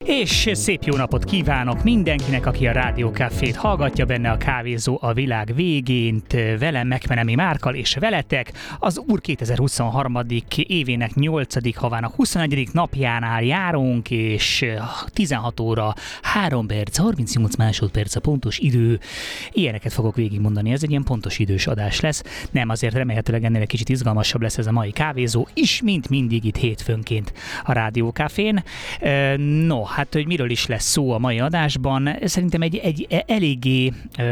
És szép jó napot kívánok mindenkinek, aki a Rádió Cafét hallgatja, benne a kávézó a világ végén, velem Megmenemi Márkkal és veletek az Úr 2023. évének 8. havának 21. napjánál járunk, és 16 óra 3 perc, 38 másodperc a pontos idő. Ilyeneket fogok végigmondani, ez egy ilyen pontos idős adás lesz. Nem, azért remélhetőleg ennél egy kicsit izgalmasabb lesz ez a mai kávézó is, mint mindig itt hétfőnként a Rádió Cafén. No, hát, hogy miről is lesz szó a mai adásban, szerintem egy eléggé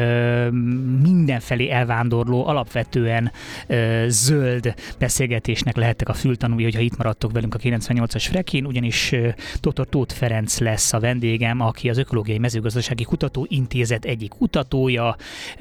mindenfelé elvándorló, alapvetően zöld beszélgetésnek lehettek a fültanúi, hogyha itt maradtok velünk a 98-as Frekin, ugyanis dr. Tóth Ferenc lesz a vendégem, aki az Ökológiai Mezőgazdasági Kutatóintézet egyik kutatója.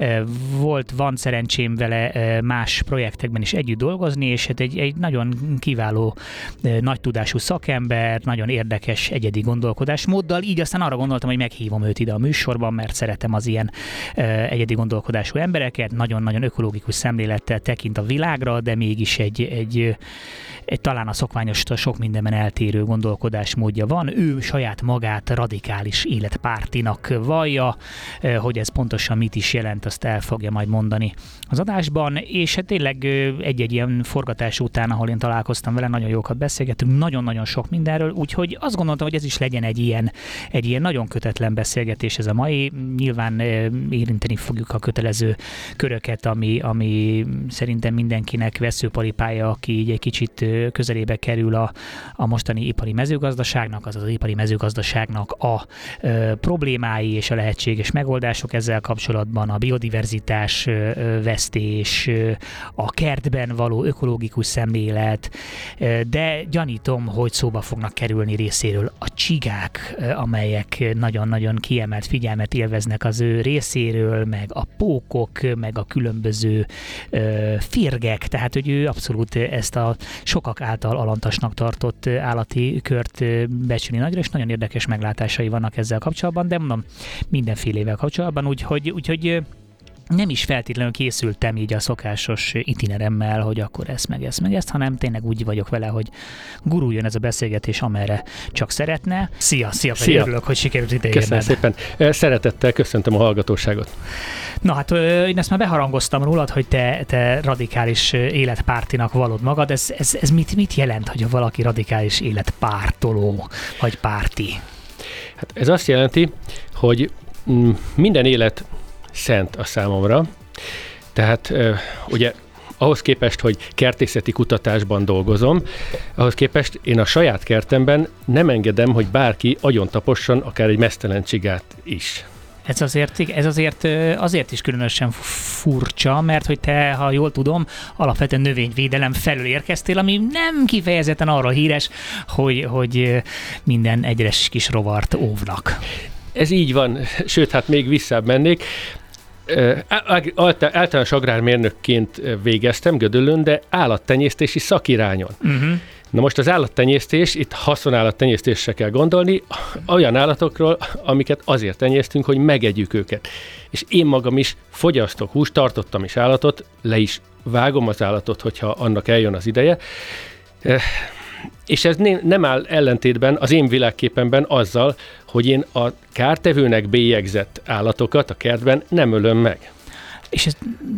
Van szerencsém vele más projektekben is együtt dolgozni, és hát egy nagyon kiváló, nagy tudású szakember, nagyon érdekes egyedi gondolkodásmóddal, így aztán arra gondoltam, hogy meghívom őt ide a műsorban, mert szeretem az ilyen egyedi gondolkodású embereket, nagyon-nagyon ökológikus szemlélettel tekint a világra, de mégis egy talán a szokványostól sok mindenben eltérő gondolkodásmódja van. Ő saját magát radikális életpártinak vallja, hogy ez pontosan mit is jelent, azt el fogja majd mondani az adásban, és hát tényleg egy-egy ilyen forgatás után, ahol én találkoztam vele, nagyon jókat beszélgetünk, nagyon-nagyon sok mindenről, úgyhogy azt gondoltam, hogy ez is legyen egy ilyen nagyon kötetlen beszélgetés ez a mai. Nyilván érinteni fogjuk a kötelező köröket, ami szerintem mindenkinek veszőparipája, aki így egy kicsit közelébe kerül a mostani ipari mezőgazdaságnak, azaz az ipari mezőgazdaságnak a problémái és a lehetséges megoldások ezzel kapcsolatban, a biodiverzitás vesztés, a kertben való ökológikus szemlélet, de gyanítom, hogy szóba fognak kerülni részéről a csigák, amelyek nagyon-nagyon kiemelt figyelmet élveznek az ő részéről, meg a pókok, meg a különböző férgek, tehát hogy ő abszolút ezt a sokak által alantasnak tartott állati kört becsüli nagyra, és nagyon érdekes meglátásai vannak ezzel kapcsolatban, de mondom, mindenfélével kapcsolatban, úgyhogy nem is feltétlenül készültem így a szokásos itineremmel, hogy akkor ezt, hanem tényleg úgy vagyok vele, hogy guruljon ez a beszélgetés, amerre csak szeretne. Szia! Örülök, hogy sikerült ide érned. Köszönöm szépen. Szeretettel köszöntöm a hallgatóságot. Na hát én ezt már beharangoztam rólad, hogy te radikális életpártinak valod magad. Ez mit jelent, hogy valaki radikális életpártoló vagy párti? Hát ez azt jelenti, hogy minden élet szent a számomra. Tehát ugye ahhoz képest, hogy kertészeti kutatásban dolgozom, ahhoz képest én a saját kertemben nem engedem, hogy bárki agyontaposson akár egy meztelen csigát is. Ez azért is különösen furcsa, mert hogy te, ha jól tudom, alapvetően növényvédelem felől érkeztél, ami nem kifejezetten arra híres, hogy minden egyres kis rovart óvnak. Ez így van, sőt, hát még visszább mennék. Általános agrármérnökként végeztem Gödöllőn, de állattenyésztési szakirányon. Uh-huh. Na most az állattenyésztés, itt haszonállattenyésztésre kell gondolni, olyan állatokról, amiket azért tenyésztünk, hogy megegyük őket. És én magam is fogyasztok húst, tartottam is állatot, le is vágom az állatot, hogyha annak eljön az ideje. És ez nem áll ellentétben az én világképemben azzal, hogy én a kártevőnek bélyegzett állatokat a kertben nem ölöm meg. És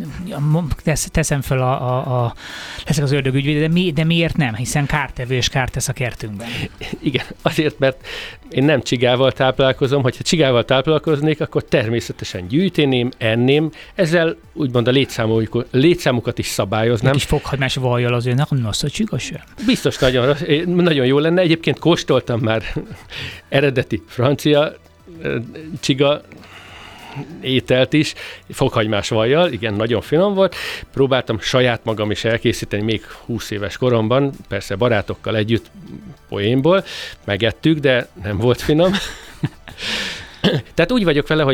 ezt teszem föl leszek az ördögügyvéd, de miért nem? Hiszen kártevő és kárt tesz a kertünkben. Igen, azért, mert én nem csigával táplálkozom. Hogyha csigával táplálkoznék, akkor természetesen gyűjteném, enném, ezzel úgymond a létszámukat is szabályoznám. Egy kis fokhagymás vajjal azért nem rossz a csiga sem. Biztos nagyon jó lenne. Egyébként kóstoltam már eredeti francia csiga ételt is, fokhagymás vajjal, igen, nagyon finom volt. Próbáltam saját magam is elkészíteni még 20 éves koromban, persze barátokkal együtt poénból, megettük, de nem volt finom. Tehát úgy vagyok vele,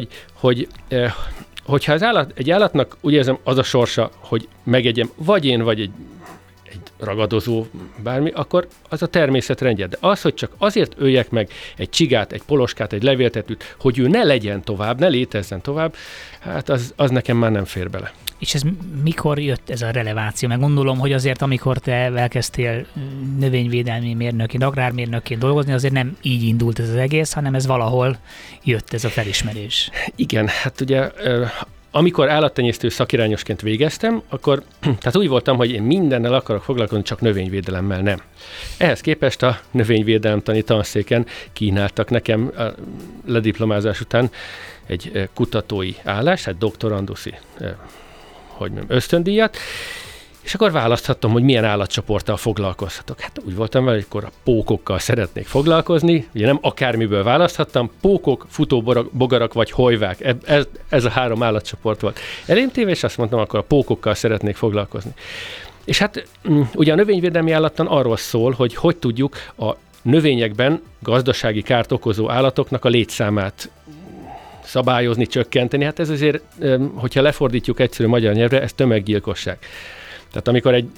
hogyha egy állatnak úgy érzem az a sorsa, hogy megegyem, vagy én, vagy egy ragadozó, bármi, akkor az a természet rendje. De az, hogy csak azért öljek meg egy csigát, egy poloskát, egy levéltetőt, hogy ő ne legyen tovább, ne létezzen tovább, hát az nekem már nem fér bele. És ez mikor jött ez a releváció? Meg gondolom, hogy azért, amikor te elkezdtél növényvédelmi mérnökként, agrármérnökként dolgozni, azért nem így indult ez az egész, hanem ez valahol jött ez a felismerés. Igen, hát ugye amikor állattenyésztő szakirányosként végeztem, akkor tehát úgy voltam, hogy én mindennel akarok foglalkozni, csak növényvédelemmel nem. Ehhez képest a növényvédelemtani tanszéken kínáltak nekem a lediplomázás után egy kutatói állást, egy doktoranduszi ösztöndíjat, és akkor választhattam, hogy milyen állatcsoporttal foglalkozhatok. Hát úgy voltam vele, hogy akkor a pókokkal szeretnék foglalkozni, ugye nem akármiből választhattam, pókok, futóbogarak vagy hojvák, ez a 3 állatcsoport volt elém téve, és azt mondtam, akkor a pókokkal szeretnék foglalkozni. És hát ugye a növényvédelmi állattan arról szól, hogy tudjuk a növényekben gazdasági kárt okozó állatoknak a létszámát szabályozni, csökkenteni. Hát ez azért, hogyha lefordítjuk egyszerű magyar nyelvre, ez tömeggyilkosság. Tehát amikor egy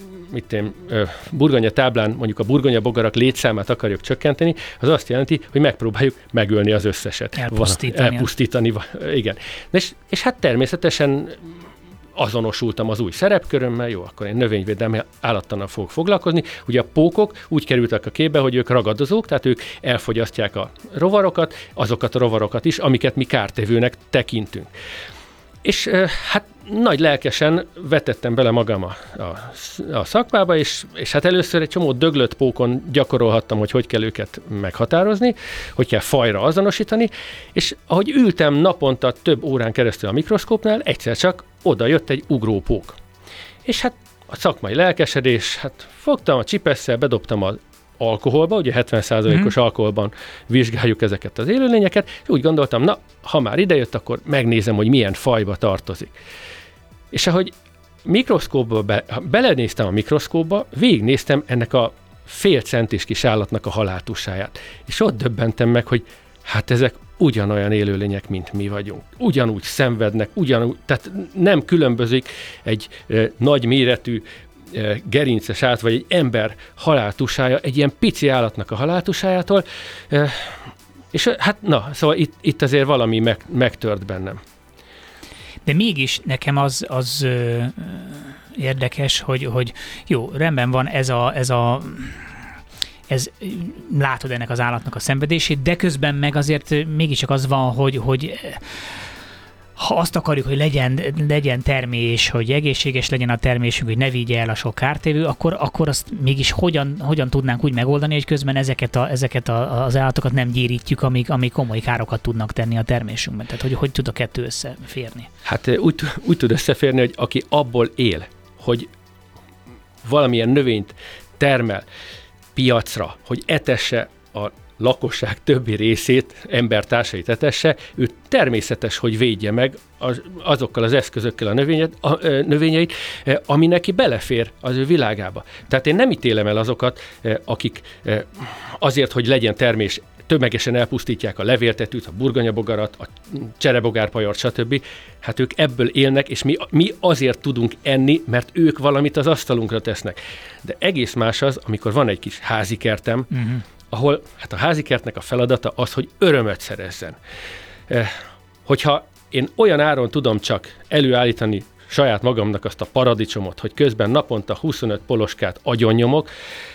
burgonya táblán mondjuk a burgonya bogarak létszámát akarjuk csökkenteni, az azt jelenti, hogy megpróbáljuk megölni az összeset. Elpusztítani. Igen. És hát természetesen azonosultam az új szerepkörömmel, jó, akkor én növényvédelmi állattannal fogok foglalkozni. Ugye a pókok úgy kerültek a képbe, hogy ők ragadozók, tehát ők elfogyasztják a rovarokat, azokat a rovarokat is, amiket mi kártevőnek tekintünk. És hát nagy lelkesen vetettem bele magam a szakmába, és hát először egy csomó döglött pókon gyakorolhattam, hogy kell őket meghatározni, hogy kell fajra azonosítani, és ahogy ültem naponta több órán keresztül a mikroszkópnál, egyszer csak oda jött egy ugrópók. És hát a szakmai lelkesedés, hát fogtam a csipesszel, bedobtam az alkoholba, ugye 70%-os alkoholban vizsgáljuk ezeket az élőlényeket, és úgy gondoltam, na, ha már idejött, akkor megnézem, hogy milyen fajba tartozik. És ahogy belenéztem a mikroszkóba, végignéztem ennek a fél centis kis állatnak a haláltusáját. És ott döbbentem meg, hogy hát ezek ugyanolyan élőlények, mint mi vagyunk. Ugyanúgy szenvednek, tehát nem különbözik egy nagy méretű gerinces állat, vagy egy ember haláltusája, egy ilyen pici állatnak a haláltusájától, és hát na, szóval itt azért valami megtört bennem. De mégis nekem az érdekes, hogy jó, rendben van ez látod ennek az állatnak a szenvedését, de közben meg azért mégiscsak az van, hogy ha azt akarjuk, hogy legyen termés, hogy egészséges legyen a termésünk, hogy ne vigye el a sok kártévő, akkor azt mégis hogyan tudnánk úgy megoldani, hogy közben ezeket az állatokat nem gyérítjük, amik komoly károkat tudnak tenni a termésünkben. Tehát hogy tud a kettő összeférni? Hát úgy tud összeférni, hogy aki abból él, hogy valamilyen növényt termel piacra, hogy etesse a lakosság többi részét, embertársait etesse, ő természetes, hogy védje meg azokkal az eszközökkel a növényeit, ami neki belefér az ő világába. Tehát én nem ítélem el azokat, akik azért, hogy legyen termés, tömegesen elpusztítják a levéltetőt, a burgonyabogarat, a cserebogárpajort, stb. Hát ők ebből élnek, és mi azért tudunk enni, mert ők valamit az asztalunkra tesznek. De egész más az, amikor van egy kis házikertem, ahol hát a házikertnek a feladata az, hogy örömöt szerezzen. Hogyha én olyan áron tudom csak előállítani saját magamnak azt a paradicsomot, hogy közben naponta 25 poloskát agyonnyomok,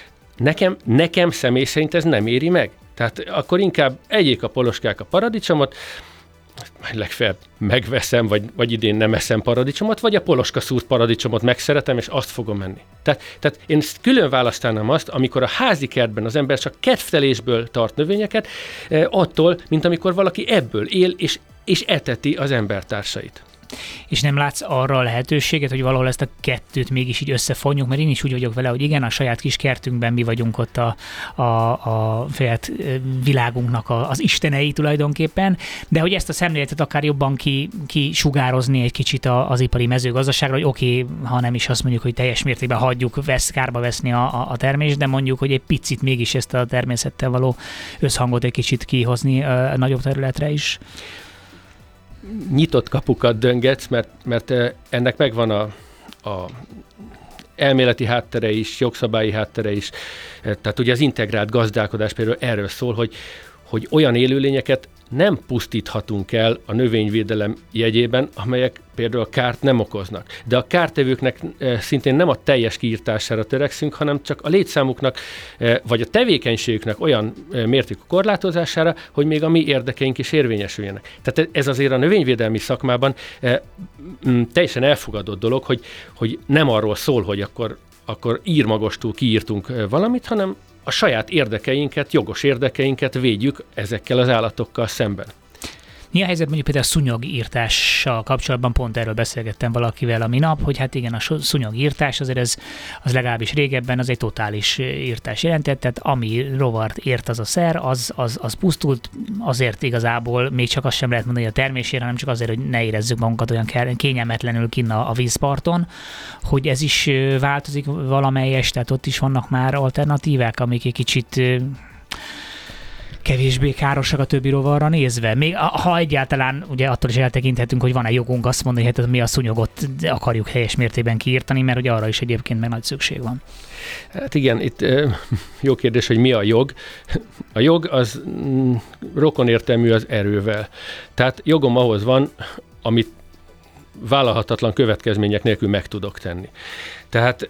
nekem személy szerint ez nem éri meg. Tehát akkor inkább egyék a poloskák a paradicsomot, majd legfeljebb megveszem, vagy idén nem eszem paradicsomot, vagy a poloska szúrt paradicsomot megszeretem, és azt fogom enni. Tehát én külön választanám azt, amikor a házi kertben az ember csak kedvtelésből tart növényeket, attól, mint amikor valaki ebből él, és eteti az embertársait. És nem látsz arra a lehetőséget, hogy valahol ezt a kettőt mégis így összefonjuk, mert én is úgy vagyok vele, hogy igen, a saját kis kertünkben mi vagyunk ott a fejlett világunknak az istenei tulajdonképpen, de hogy ezt a szemléletet akár jobban kisugározni egy kicsit az ipari mezőgazdaságra, hogy oké, ha nem is azt mondjuk, hogy teljes mértékben hagyjuk kárba veszni a termést, de mondjuk, hogy egy picit mégis ezt a természettel való összhangot egy kicsit kihozni a nagyobb területre is. Nyitott kapukat döngetsz, mert ennek megvan elméleti háttere is, jogszabályi háttere is. Tehát ugye az integrált gazdálkodás például erről szól, hogy olyan élőlényeket nem pusztíthatunk el a növényvédelem jegyében, amelyek például a kárt nem okoznak. De a kártevőknek szintén nem a teljes kiirtására törekszünk, hanem csak a létszámuknak, vagy a tevékenységüknek olyan mértékű korlátozására, hogy még a mi érdekeink is érvényesüljenek. Tehát ez azért a növényvédelmi szakmában teljesen elfogadott dolog, hogy nem arról szól, hogy akkor írmagostul kiírtunk valamit, hanem a saját érdekeinket, jogos érdekeinket védjük ezekkel az állatokkal szemben. Mi a helyzet mondjuk például a szúnyogírtással kapcsolatban? Pont erről beszélgettem valakivel a minap, hogy hát igen, a szúnyogírtás azért az legalábbis régebben az egy totális írtás jelentett, tehát ami rovart ért az a szer, az pusztult, azért igazából még csak azt sem lehet mondani, hogy a termésére, hanem csak azért, hogy ne érezzük magunkat olyan kényelmetlenül kinn a vízparton, hogy ez is változik valamelyes, tehát ott is vannak már alternatívák, amik egy kicsit kevésbé károsak a többi rovarra nézve. Még ha egyáltalán ugye attól is eltekinthetünk, hogy van-e jogunk azt mondani, hogy hát mi a szúnyogot akarjuk helyes mértékben kiírtani, mert ugye arra is egyébként meg nagy szükség van. Hát igen, itt jó kérdés, hogy mi a jog. A jog az rokonértelmű az erővel. Tehát jogom ahhoz van, amit vállalhatatlan következmények nélkül meg tudok tenni. Tehát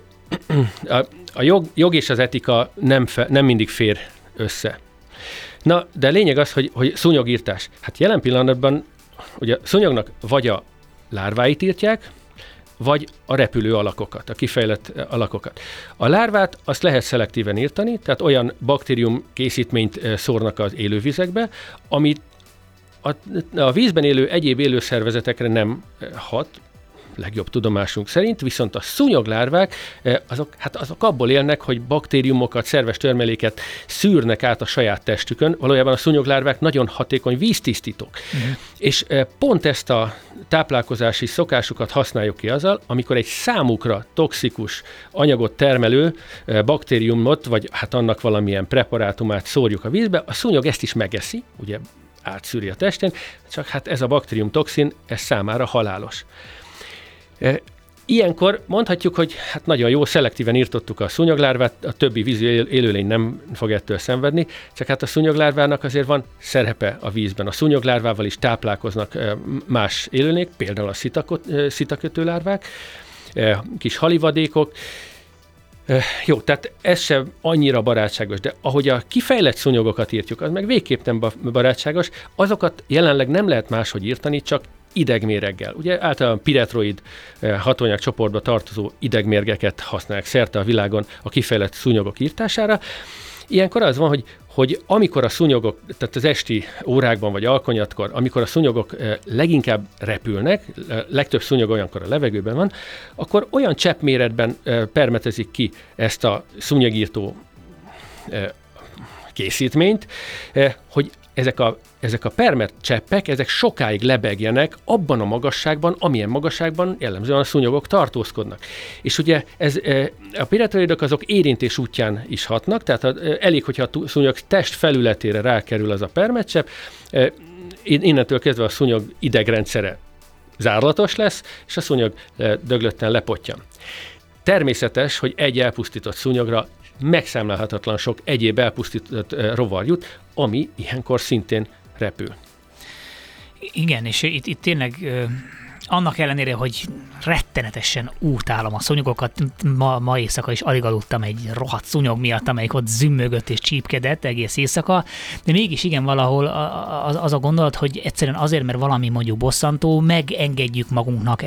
a jog és az etika nem mindig fér össze. Na, de lényeg az, hogy szúnyogírtás. Hát jelen pillanatban ugye szúnyognak vagy a lárváit írtják, vagy a repülő alakokat, a kifejlett alakokat. A lárvát azt lehet szelektíven írtani, tehát olyan baktérium készítményt szórnak az élővizekbe, amit a vízben élő egyéb élőszervezetekre nem hat, legjobb tudomásunk szerint, viszont a szúnyoglárvák, azok abból élnek, hogy baktériumokat, szerves törmeléket szűrnek át a saját testükön. Valójában a szúnyoglárvák nagyon hatékony víztisztítók. És pont ezt a táplálkozási szokásukat használjuk ki azzal, amikor egy számukra toxikus anyagot termelő baktériumot, vagy hát annak valamilyen preparátumát szórjuk a vízbe, a szúnyog ezt is megeszi, ugye átszűri a testén, csak hát ez a baktériumtoxin, ez számára halálos. Ilyenkor mondhatjuk, hogy hát nagyon jó, szelektíven írtottuk a szúnyoglárvát, a többi vízi élőlény nem fog ettől szenvedni, csak hát a szúnyoglárvának azért van szerepe a vízben. A szúnyoglárvával is táplálkoznak más élőlények, például a szitakötőlárvák, kis halivadékok. Jó, tehát ez sem annyira barátságos, de ahogy a kifejlett szúnyogokat írtjuk, az meg végképp nem barátságos, azokat jelenleg nem lehet máshogy írtani, csak idegméreggel. Ugye általában piretroid hatóanyag csoportba tartozó idegmérgeket használják szerte a világon a kifejlett szúnyogok írtására. Ilyenkor az van, hogy amikor a szúnyogok, tehát az esti órákban vagy alkonyatkor, amikor a szúnyogok leginkább repülnek, legtöbb szúnyog olyankor a levegőben van, akkor olyan cseppméretben permetezik ki ezt a szúnyogírtó készítményt, hogy ezek a permet cseppek, ezek sokáig lebegjenek abban a magasságban, amilyen magasságban jellemzően a szúnyogok tartózkodnak. És ugye a piretroidok azok érintés útján is hatnak, tehát elég, hogyha a szúnyog test felületére rákerül az a permetcsepp, innentől kezdve a szúnyog idegrendszere zárlatos lesz, és a szúnyog döglötten lepottyan. Természetes, hogy egy elpusztított szúnyogra megszámlálhatatlan sok egyéb elpusztított rovar jut, ami ilyenkor szintén repül. Igen, és itt tényleg annak ellenére, hogy rettenetesen utálom a szúnyogokat, ma éjszaka is alig aludtam egy rohadt szúnyog miatt, amelyik ott zümmögött és csípkedett egész éjszaka, de mégis igen, valahol az a gondolat, hogy egyszerűen azért, mert valami mondjuk bosszantó, megengedjük magunknak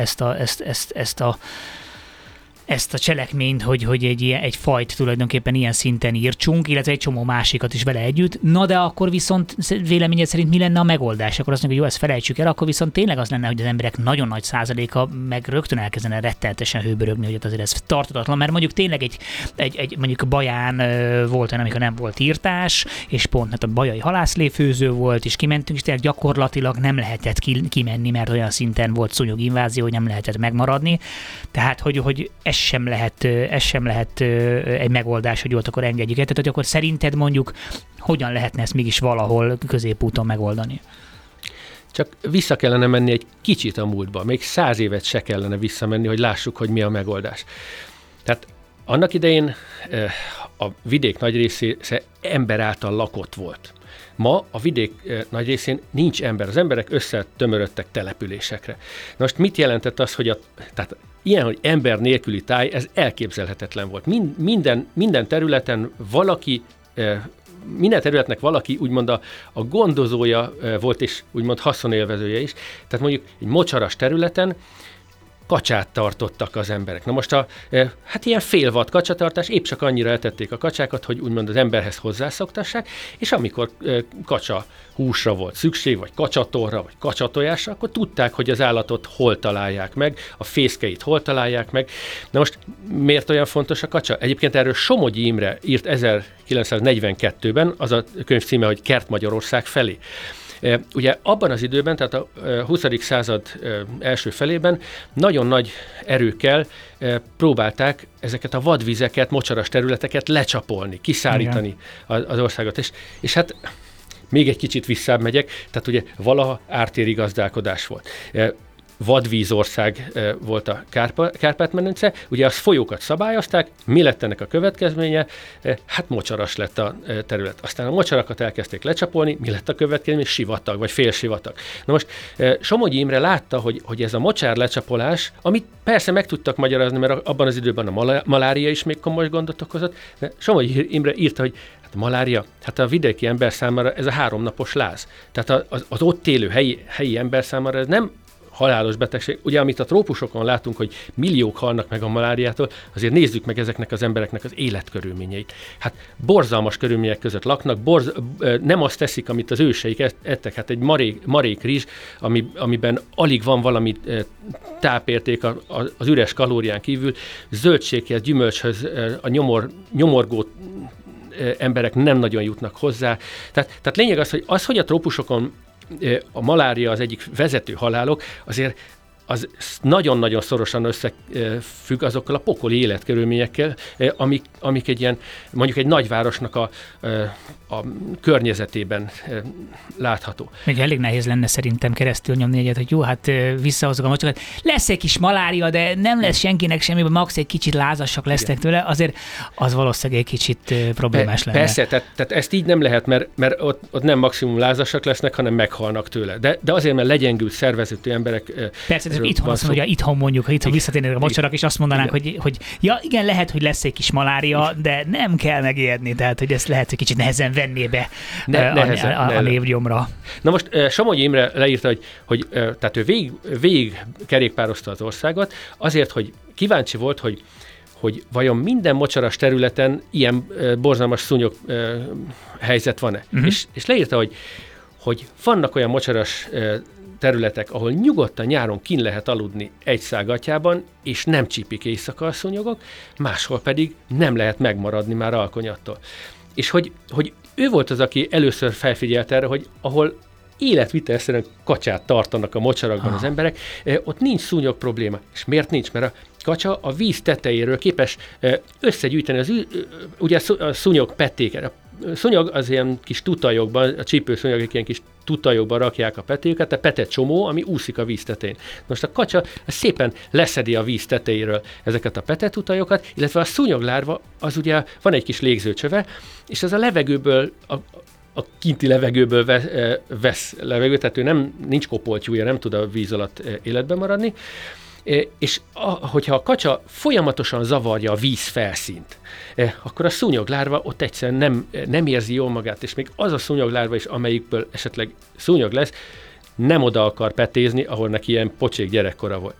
ezt a cselekményt, hogy egy fajt tulajdonképpen ilyen szinten írtsunk, illetve egy csomó másikat is vele együtt. Na de akkor viszont véleményed szerint mi lenne a megoldás? Akkor azt mondjuk, hogy jó, ezt felejtsük el, akkor viszont tényleg az lenne, hogy az emberek nagyon nagy százaléka meg rögtön elkezdene rettenetesen hőbörögni, hogy azért ez tartatatlan, mert mondjuk tényleg mondjuk Baján volt olyan, amikor nem volt írtás, és pont hát a bajai halászléfőző volt, és kimentünk, és tényleg gyakorlatilag nem lehetett kimenni, mert olyan szinten volt szúnyoginvázió, hogy nem lehetett megmaradni. Tehát, hogy ez sem lehet egy megoldás, hogy ott akkor engedjük el. Tehát, hogy akkor szerinted mondjuk hogyan lehetne ezt mégis valahol középúton megoldani? Csak vissza kellene menni egy kicsit a múltba, még 100 évet se kellene visszamenni, hogy lássuk, hogy mi a megoldás. Tehát annak idején a vidék nagy része ember által lakott volt. Ma a vidék nagy részén nincs ember. Az emberek összetömörödtek településekre. Na most mit jelentett az, hogy tehát ilyen, hogy ember nélküli táj, ez elképzelhetetlen volt. Minden területen minden területnek valaki úgymond a gondozója volt, és úgymond haszonélvezője is. Tehát mondjuk egy mocsaras területen kacsát tartottak az emberek. Na most hát ilyen félvad kacsatartás, épp csak annyira etették a kacsákat, hogy úgymond az emberhez hozzászoktassák, és amikor kacsa húsra volt szükség, vagy kacsatorra, vagy kacsatojásra, akkor tudták, hogy az állatot hol találják meg, a fészkeit hol találják meg. Na most miért olyan fontos a kacsa? Egyébként erről Somogyi Imre írt 1942-ben, az a könyv címe, hogy Kert Magyarország felé. Ugye abban az időben, tehát a 20. század első felében nagyon nagy erőkkel próbálták ezeket a vadvizeket, mocsaras területeket lecsapolni, kiszárítani az országot. És hát még egy kicsit visszább megyek, tehát ugye valaha ártéri gazdálkodás volt. Vadvízország volt a Kárpát-medence, ugye az folyókat szabályozták, mi lett ennek a következménye? Hát mocsaras lett a terület. Aztán a mocsarakat elkezdték lecsapolni, mi lett a következménye? Sivatag, vagy félsivatag. Na most Somogyi Imre látta, hogy ez a mocsár lecsapolás, amit persze meg tudtak magyarázni, mert abban az időben a malária is még komoly gondot okozott, de Somogyi Imre írta, hogy hát a malária, hát a vidéki ember számára ez a 3 napos láz. Tehát az ott élő helyi ember számára ez nem halálos betegség. Ugye, amit a trópusokon látunk, hogy milliók halnak meg a maláriától, azért nézzük meg ezeknek az embereknek az életkörülményeit. Hát borzalmas körülmények között laknak, nem azt teszik, amit az őseik ettek. Hát egy marék rizs, amiben alig van valami tápérték az üres kalórián kívül, zöldséghez, gyümölcshöz, a nyomorgó emberek nem nagyon jutnak hozzá. Tehát lényeg az, hogy a trópusokon a malária az egyik vezető halálok, azért az nagyon-nagyon szorosan összefügg azokkal a pokoli életkörülményekkel, amik egy ilyen, mondjuk egy nagyvárosnak a környezetében látható. Még elég nehéz lenne szerintem keresztül nyomni egyet, hogy jó, hát visszahozok a mocsarat. Lesz egy kis malária, de nem lesz senkinek semmi, max egy kicsit lázasak lesznek tőle, azért az valószínűleg egy kicsit problémás lenne. Persze, tehát ezt így nem lehet, mert ott nem maximum lázasak lesznek, hanem meghalnak tőle. De azért, mert legyengült szervezetű emberek. Persze, itthon azt mondja, itthon mondjuk, ha itthon visszatérnének a mocsarak, és azt mondanánk, hogy ja, igen, lehet, hogy lesz egy kis malária, de nem kell megijedni, tehát hogy ezt lehet, hogy kicsit nehezen venné be a névgyomra. Na most Somogyi Imre leírta, hogy tehát ő végig kerékpározta az országot, azért, hogy kíváncsi volt, hogy vajon minden mocsaras területen ilyen borzalmas szúnyog helyzet van-e. És leírta, hogy vannak olyan mocsaras területek, ahol nyugodtan nyáron kin lehet aludni egy szágatjában, és nem csípik éjszaka a szúnyogok, máshol pedig nem lehet megmaradni már alkonyattól. És hogy ő volt az, aki először felfigyelt erre, hogy ahol életvitelszerűen kacsát tartanak a mocsarakban az emberek, ott nincs szúnyog probléma. És miért nincs? Mert a kacsa a víz tetejéről képes összegyűjteni ugye a szúnyog petéket. A szúnyog az ilyen kis tutajokban, a csípőszúnyogok ilyen kis tutajokban rakják a petéjüket, a petecsomó, ami úszik a víz tetején. Most a kacsa szépen leszedi a víz tetejéről ezeket a petetutajokat, illetve a szúnyoglárva, az ugye van egy kis légzőcsöve, és ez a levegőből, a kinti levegőből vesz levegőt, tehát ő nincs kopoltyúja, nem tud a víz alatt életben maradni, és hogyha a kacsa folyamatosan zavarja a víz felszínt, akkor a szúnyoglárva ott egyszerűen nem érzi jól magát, és még az a szúnyoglárva is, amelyikből esetleg szúnyog lesz, nem oda akar petézni, ahol neki ilyen pocsék gyerekkora volt.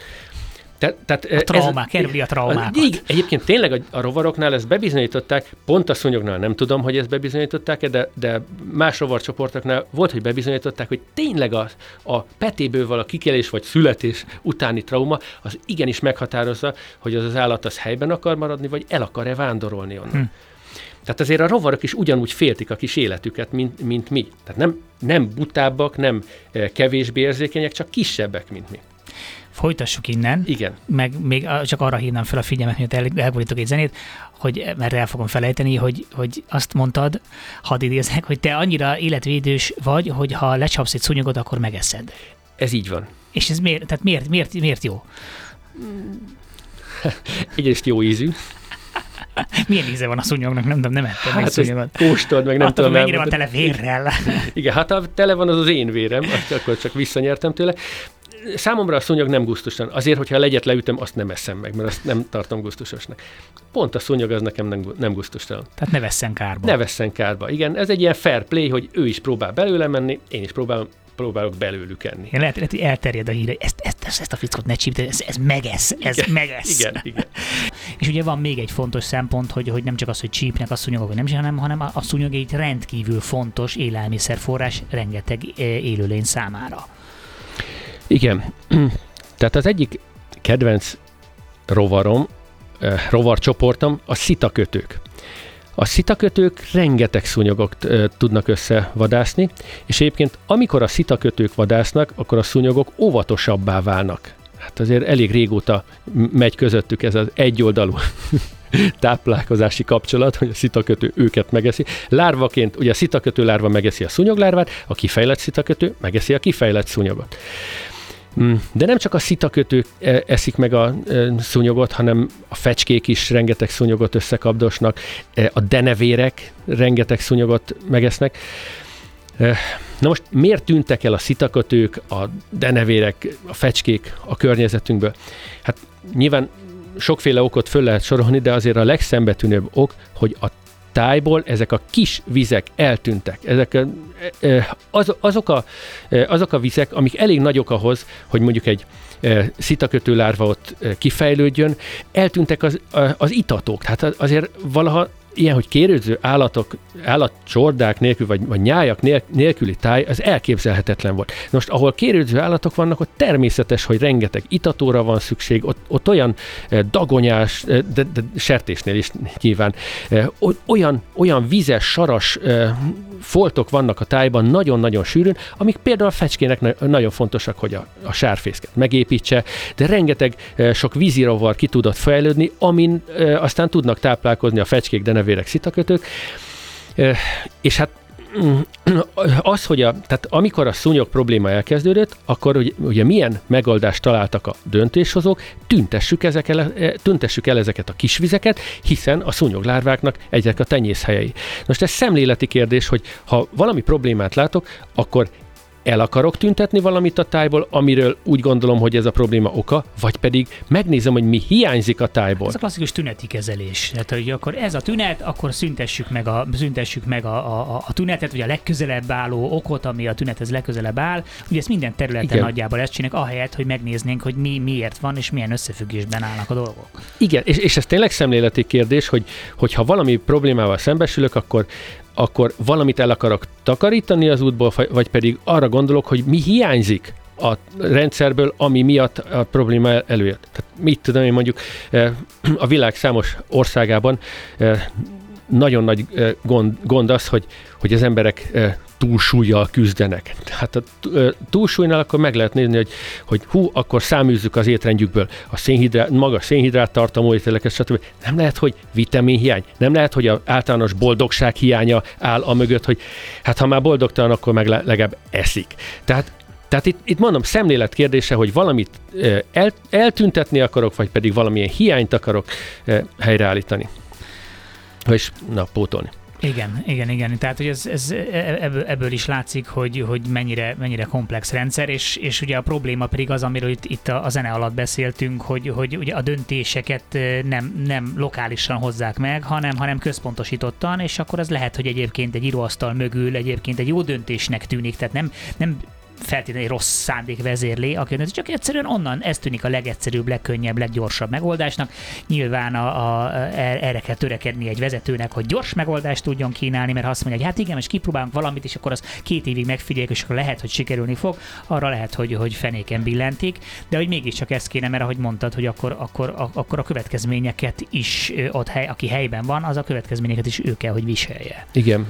A traumák, kerüli a traumákat. Egyébként tényleg a rovaroknál ezt bebizonyították, pont a szúnyognál nem tudom, hogy ezt bebizonyították, de más rovarcsoportoknál volt, hogy bebizonyították, hogy tényleg a petéből való kikelés vagy születés utáni trauma az igenis meghatározza, hogy az állat az helyben akar maradni, vagy el akar-e vándorolni onnan. Tehát azért a rovarok is ugyanúgy féltik a kis életüket, mint mi. Tehát nem butábbak, nem kevésbé érzékenyek, csak kisebbek, mint mi. Folytassuk innen. Igen. Meg még csak arra hívnám fel a figyelmet, miatt elborítok egy zenét, mert el fogom felejteni, hogy azt mondtad, hadd idézek, hogy te annyira életvédős vagy, hogy ha lecsapsz egy szúnyogot, akkor megeszed. Ez így van. És ez miért jó? Egyrészt jó ízű. Milyen íze van a szúnyognak? Nem ettem meg szúnyogot. Kóstold meg, nem tudom. Mennyire van tele vérrel. Igen, hát ha tele van az én vérem, akkor csak visszanyertem tőle. Számomra a szúnyog nem gusztustalan. Azért, hogyha a legyet leütöm, azt nem eszem meg, mert azt nem tartom gusztusosnak. Pont a szúnyog az nekem nem gusztustalan. Tehát ne vesszen kárba. Ne vesszen kárba. Igen, ez egy ilyen fair play, hogy ő is próbál belőle menni, én is próbálok belőlük enni. Igen, lehet, hogy elterjed a hír, hogy ezt a fickót ne csípd, ez megesz. Igen. És ugye van még egy fontos szempont, hogy nem csak az, hogy csípnek a szúnyogok, vagy nem, hanem a szúnyog egy rendkívül fontos élelmiszerforrás rengeteg élőlény számára. Igen. Tehát az egyik kedvenc rovarcsoportom a szitakötők. A szitakötők rengeteg szúnyogot tudnak összevadászni, és egyébként amikor a szitakötők vadásznak, akkor a szúnyogok óvatosabbá válnak. Hát azért elég régóta megy közöttük ez az egyoldalú táplálkozási kapcsolat, hogy a szitakötő őket megeszi. Lárvaként, ugye a szitakötő lárva megeszi a szúnyoglárvát, a kifejlett szitakötő megeszi a kifejlett szúnyogot. De nem csak a szitakötők eszik meg a szúnyogot, hanem a fecskék is rengeteg szúnyogot összekapdosnak, a denevérek rengeteg szúnyogot megesznek. Na most miért tűntek el a szitakötők, a denevérek, a fecskék a környezetünkből? Hát nyilván sokféle okot föl lehet sorolni, de azért a legszembetűnőbb ok, hogy a tájból ezek a kis vizek eltűntek. Ezek azok a vizek, amik elég nagyok ahhoz, hogy mondjuk egy szitakötő lárva ott kifejlődjön, eltűntek az itatók. Tehát azért valaha ilyen, hogy kérődző állatcsordák nélkül, vagy nyájak nélküli táj, az elképzelhetetlen volt. Most, ahol kérődző állatok vannak, ott természetes, hogy rengeteg itatóra van szükség, ott olyan dagonyás, de sertésnél is nyilván, olyan vizes, saras foltok vannak a tájban nagyon-nagyon sűrűn, amik például a fecskének nagyon fontosak, hogy a sárfészket megépítse, de rengeteg sok vízirovar ki tudott fejlődni, amin aztán tudnak táplálkozni a fecskék, denevérek, szitakötők, és hát az, hogy tehát amikor a szúnyog probléma elkezdődött, akkor ugye milyen megoldást találtak a döntéshozók, tüntessük el ezeket a kisvizeket, hiszen a szúnyoglárváknak ezek a tenyészhelyei. Most ez szemléleti kérdés, hogy ha valami problémát látok, akkor el akarok tüntetni valamit a tájból, amiről úgy gondolom, hogy ez a probléma oka, vagy pedig megnézem, hogy mi hiányzik a tájból. Ez a klasszikus tüneti kezelés. Tehát, hogy akkor ez a tünet, akkor szüntessük meg a tünetet, vagy a legközelebb álló okot, ami a tünethez legközelebb áll. Ugye ezt minden területen nagyjából ezt csinálják, ahelyett, hogy megnéznénk, hogy miért van, és milyen összefüggésben állnak a dolgok. Igen, és ez tényleg szemléleti kérdés, hogy ha valami problémával szembesülök, akkor valamit el akarok takarítani az útból, vagy pedig arra gondolok, hogy mi hiányzik a rendszerből, ami miatt a probléma előjött. Tehát mit tudom én, mondjuk a világ számos országában nagyon nagy gond az, hogy az emberek túlsúllyal küzdenek. Tehát a túlsúlynál akkor meg lehet nézni, hogy akkor száműzzük az étrendjükből a magas szénhidrát tartalmú ételeket, stb. Nem lehet, hogy vitaminhiány, nem lehet, hogy az általános boldogság hiánya áll a mögött, hogy hát ha már boldogtalan, akkor meg legalább eszik. Tehát itt mondom, szemlélet kérdése, hogy valamit eltüntetni akarok, vagy pedig valamilyen hiányt akarok helyreállítani. És pótolni. Igen. Tehát, hogy ebből is látszik, hogy mennyire komplex rendszer, és ugye a probléma pedig az, amiről itt a zene alatt beszéltünk, hogy ugye a döntéseket nem lokálisan hozzák meg, hanem központosítottan, és akkor az lehet, hogy egyébként egy íróasztal mögül egyébként egy jó döntésnek tűnik, tehát nem feltétlenül egy rossz szándék vezérli, csak egyszerűen onnan ez tűnik a legegyszerűbb, legkönnyebb, leggyorsabb megoldásnak. Nyilván erre kell törekedni egy vezetőnek, hogy gyors megoldást tudjon kínálni, mert ha azt mondja, hogy hát igen, most kipróbálunk valamit, és akkor az 2 évig megfigyeljük, és akkor lehet, hogy sikerülni fog, arra lehet, hogy fenéken billentik, de hogy mégiscsak ez kéne, mert ahogy mondtad, hogy akkor a következményeket is ott aki helyben van, az a következményeket is ő kell, hogy viselje. Igen.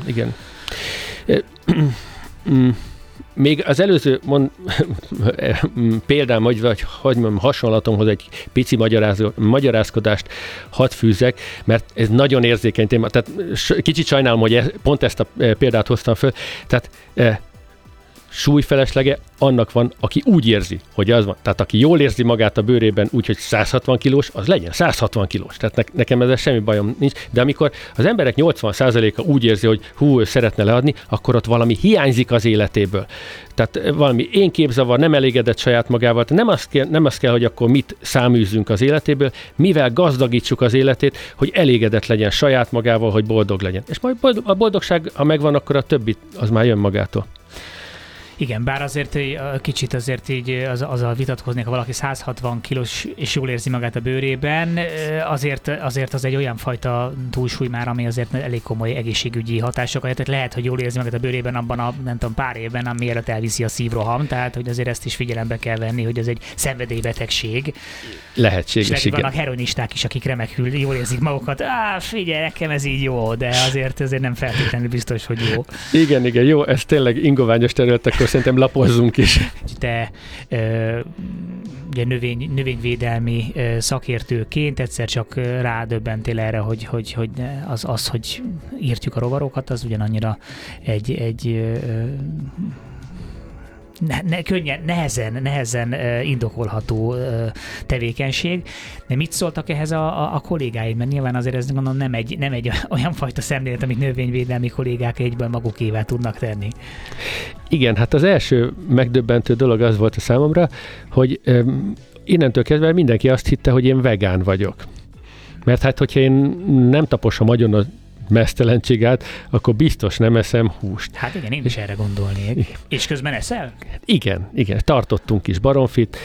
Még az előző példám, vagy hasonlatomhoz egy pici magyarázkodást hadd fűzzek, mert ez nagyon érzékeny téma. Tehát kicsit sajnálom, hogy pont ezt a példát hoztam föl. Tehát súlyfeleslege annak van, aki úgy érzi, hogy az van. Tehát aki jól érzi magát a bőrében úgy, hogy 160 kilós, az legyen 160 kilós. Tehát nekem ezzel semmi bajom nincs. De amikor az emberek 80%-a úgy érzi, hogy ő szeretne leadni, akkor ott valami hiányzik az életéből. Tehát valami énképzavar, nem elégedett saját magával. Nem az kell, hogy akkor mit száműzzünk az életéből, mivel gazdagítsuk az életét, hogy elégedett legyen saját magával, hogy boldog legyen. És majd a boldogság, ha megvan, akkor a többi az már jön magától. Igen, bár azért kicsit azért így azzal vitatkoznék, ha valaki 160 kilós és jól érzi magát a bőrében, azért az egy olyan fajta túlsúly már, ami azért elég komoly egészségügyi hatásokat, tehát lehet, hogy jól érzi magát a bőrében abban a nem tudom, pár évben, amiért elviszi a szívroham, tehát hogy azért ezt is figyelembe kell venni, hogy ez egy szenvedélybetegség. Lehetséges, igen. Vannak heroinisták is, akik remekül jól érzik magukat. Figyelj, nekem ez így jó, de azért nem feltétlenül biztos, hogy jó. Igen, jó, ez tényleg ingoványos terület, akkor szerintem lapozzunk is. Te ugye növényvédelmi szakértőként egyszer csak rádöbbentél erre, hogy hogy írtjuk a rovarokat, az ugyanannyira egy nehezen indokolható tevékenység. De mit szóltak ehhez a kollégáid? Mert nyilván azért ez gondolom nem egy olyan fajta szemlélet, amit növényvédelmi kollégák egyből magukévá tudnak tenni. Igen, hát az első megdöbbentő dolog az volt a számomra, hogy innentől kezdve mindenki azt hitte, hogy én vegán vagyok. Mert hát, hogyha én nem taposom agyon a meztelenségát, akkor biztos nem eszem húst. Hát igen, én is erre gondolnék. És közben eszel? Igen, tartottunk is baromfit,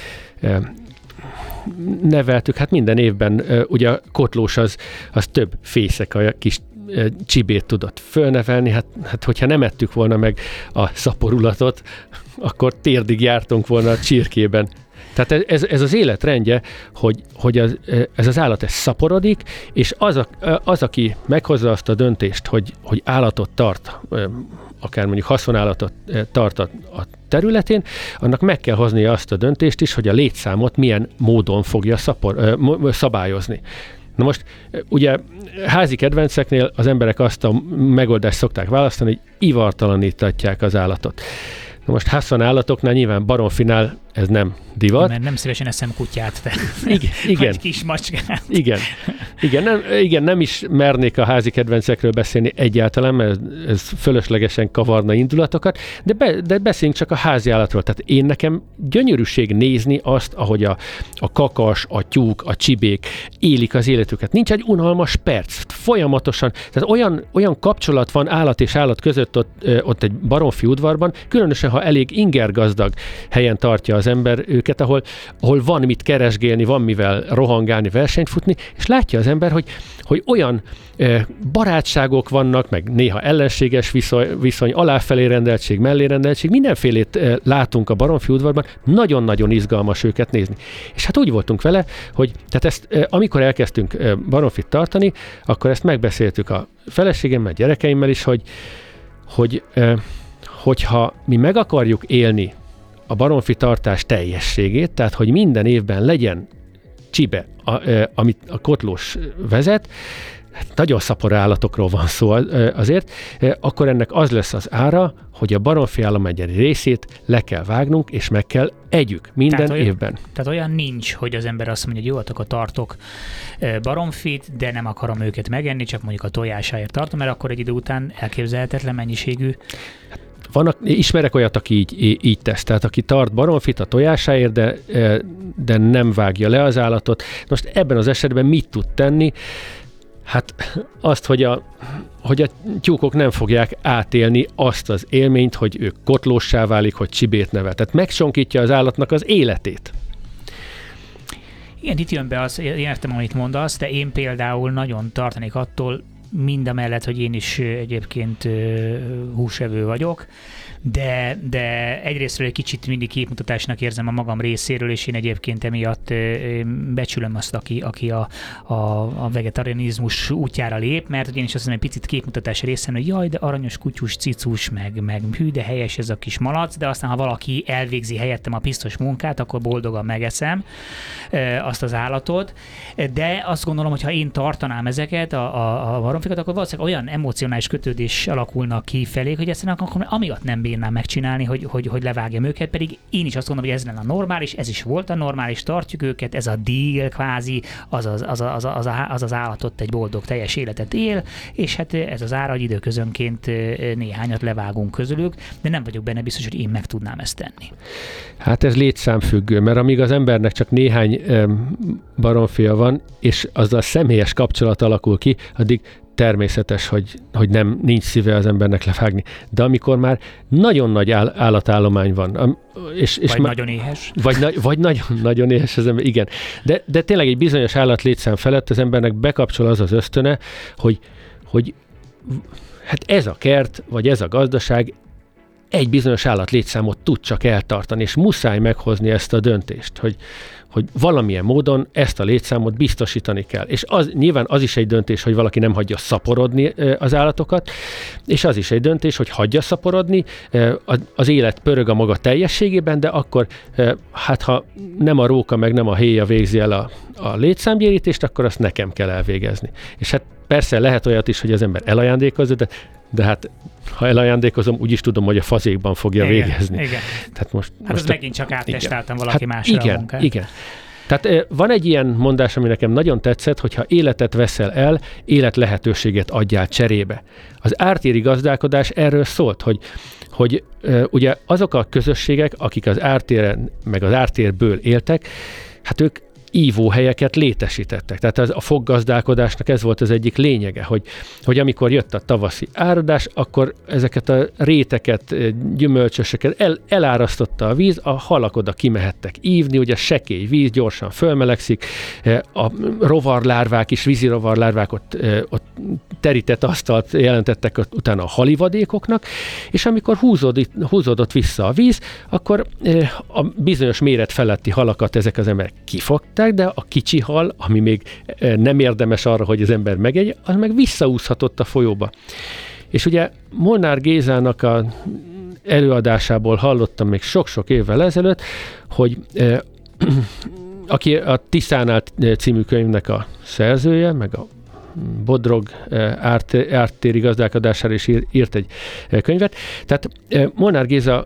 neveltük, hát minden évben ugye a kotlós az több fészek, a kis csibét tudott fölnevelni, hát hogyha nem ettük volna meg a szaporulatot, akkor térdig jártunk volna a csirkében. Tehát ez az életrendje, hogy ez az állat szaporodik, és az, aki meghozza azt a döntést, hogy állatot tart, akár mondjuk haszonállatot tart a területén, annak meg kell hoznia azt a döntést is, hogy a létszámot milyen módon fogja szabályozni. Na most, ugye házi kedvenceknél az emberek azt a megoldást szokták választani, hogy ivartalanítatják az állatot. Na most haszonállatoknál, nyilván baromfinál ez nem divat. Mert nem szívesen eszem kutyát, igen. Vagy kis macskát. Igen, nem is mernék a házi kedvencekről beszélni egyáltalán, mert ez fölöslegesen kavarna indulatokat, de beszéljünk csak a házi állatról. Tehát én nekem gyönyörűség nézni azt, ahogy a kakas, a tyúk, a csibék élik az életüket. Nincs egy unalmas perc, folyamatosan. Tehát olyan kapcsolat van állat és állat között ott egy baromfi udvarban, különösen, ha elég ingergazdag helyen tartja az ember őket, ahol van mit keresgélni, van mivel rohangálni, versenyt futni, és látja az ember, hogy olyan barátságok vannak, meg néha ellenséges viszony, aláfelé rendeltség, mellé rendeltség, mindenfélét látunk a baromfi udvarban, nagyon-nagyon izgalmas őket nézni. És hát úgy voltunk vele, hogy tehát ezt, amikor elkezdtünk baromfit tartani, akkor ezt megbeszéltük a feleségemmel, gyerekeimmel is, hogyha mi meg akarjuk élni a baromfi tartás teljességét, tehát hogy minden évben legyen csibe, amit a kotlós vezet, nagyon szapor állatokról van szó azért, akkor ennek az lesz az ára, hogy a baromfi állomány egy részét le kell vágnunk, és meg kell együk minden évben. Tehát olyan nincs, hogy az ember azt mondja, hogy jó, akkor tartok baromfit, de nem akarom őket megenni, csak mondjuk a tojásáért tartom, mert akkor egy idő után elképzelhetetlen mennyiségű. Ismerek olyat, aki így tesz, tehát aki tart baromfit a tojásáért, de nem vágja le az állatot. Most ebben az esetben mit tud tenni? Hát azt, hogy a tyúkok nem fogják átélni azt az élményt, hogy ő kotlóssá válik, hogy csibét nevel. Tehát megcsonkítja az állatnak az életét. Igen, itt jön be az, én értem, amit mondasz, de én például nagyon tartanék attól, mindamellett, hogy én is egyébként húsevő vagyok, de egyrésztről egy kicsit mindig képmutatásnak érzem a magam részéről, és én egyébként emiatt becsülöm azt, aki a vegetarianizmus útjára lép, mert én is azt mondom, egy picit képmutatás részem, hogy jaj, de aranyos kutyus, cicus, meg hű, de helyes ez a kis malac, de aztán ha valaki elvégzi helyettem a biztos munkát, akkor boldogan megeszem azt az állatot, de azt gondolom, hogy ha én tartanám ezeket, a baromfikat, akkor valószínűleg olyan emocionális kötődés alakulnak ki felé, hogy egyszerűen akkor amiatt nem bírnám megcsinálni, hogy levágjam őket, pedig én is azt mondom, hogy ez lenne a normális, ez is volt a normális, tartjuk őket, ez a deal kvázi, az állat ott egy boldog, teljes életet él, és hát ez az ára, hogy időközönként néhányat levágunk közülük, de nem vagyok benne biztos, hogy én meg tudnám ezt tenni. Hát ez létszámfüggő, mert amíg az embernek csak néhány baromfia van, és azzal személyes kapcsolat alakul ki, addig természetes, hogy nincs szíve az embernek levágni. De amikor már nagyon nagy állatállomány van, vagy nagyon éhes. Vagy nagyon éhes az ember, igen. De tényleg egy bizonyos állat létszám felett az embernek bekapcsol az ösztöne, hogy hát ez a kert, vagy ez a gazdaság egy bizonyos állat létszámot tud csak eltartani, és muszáj meghozni ezt a döntést, hogy valamilyen módon ezt a létszámot biztosítani kell. És nyilván az is egy döntés, hogy valaki nem hagyja szaporodni az állatokat, és az is egy döntés, hogy hagyja szaporodni, az élet pörög a maga teljességében, de akkor hát ha nem a róka, meg nem a héja végzi el a létszámgyérítést, akkor azt nekem kell elvégezni. És hát persze lehet olyat is, hogy az ember elajándékozza, de hát ha elajándékozom, úgyis tudom, hogy a fazékban fogja végezni. Igen. Tehát most ez megint csak áttestáltam valaki másra a munkát. Igen. Tehát van egy ilyen mondás, ami nekem nagyon tetszett, hogy ha életet veszel el, élet lehetőséget adjál cserébe. Az ártéri gazdálkodás erről szólt, hogy ugye azok a közösségek, akik az ártéren, meg az ártérből éltek, hát ők ívóhelyeket létesítettek. Tehát a foggazdálkodásnak ez volt az egyik lényege, hogy amikor jött a tavaszi áradás, akkor ezeket a réteket, gyümölcsöseket elárasztotta a víz, a halak oda kimehettek ívni, ugye sekély víz, gyorsan fölmelegszik, a rovarlárvák is, vízi rovarlárvák ott terített asztalt jelentettek utána a halivadékoknak, és amikor húzódott vissza a víz, akkor a bizonyos méret feletti halakat ezek az emberek kifogták, de a kicsi hal, ami még nem érdemes arra, hogy az ember megegye, az meg visszaúszhatott a folyóba. És ugye Molnár Gézának a előadásából hallottam még sok-sok évvel ezelőtt, hogy aki a Tiszánál című könyvnek a szerzője, meg a Bodrog ártéri gazdálkodására is írt egy könyvet. Tehát Molnár Géza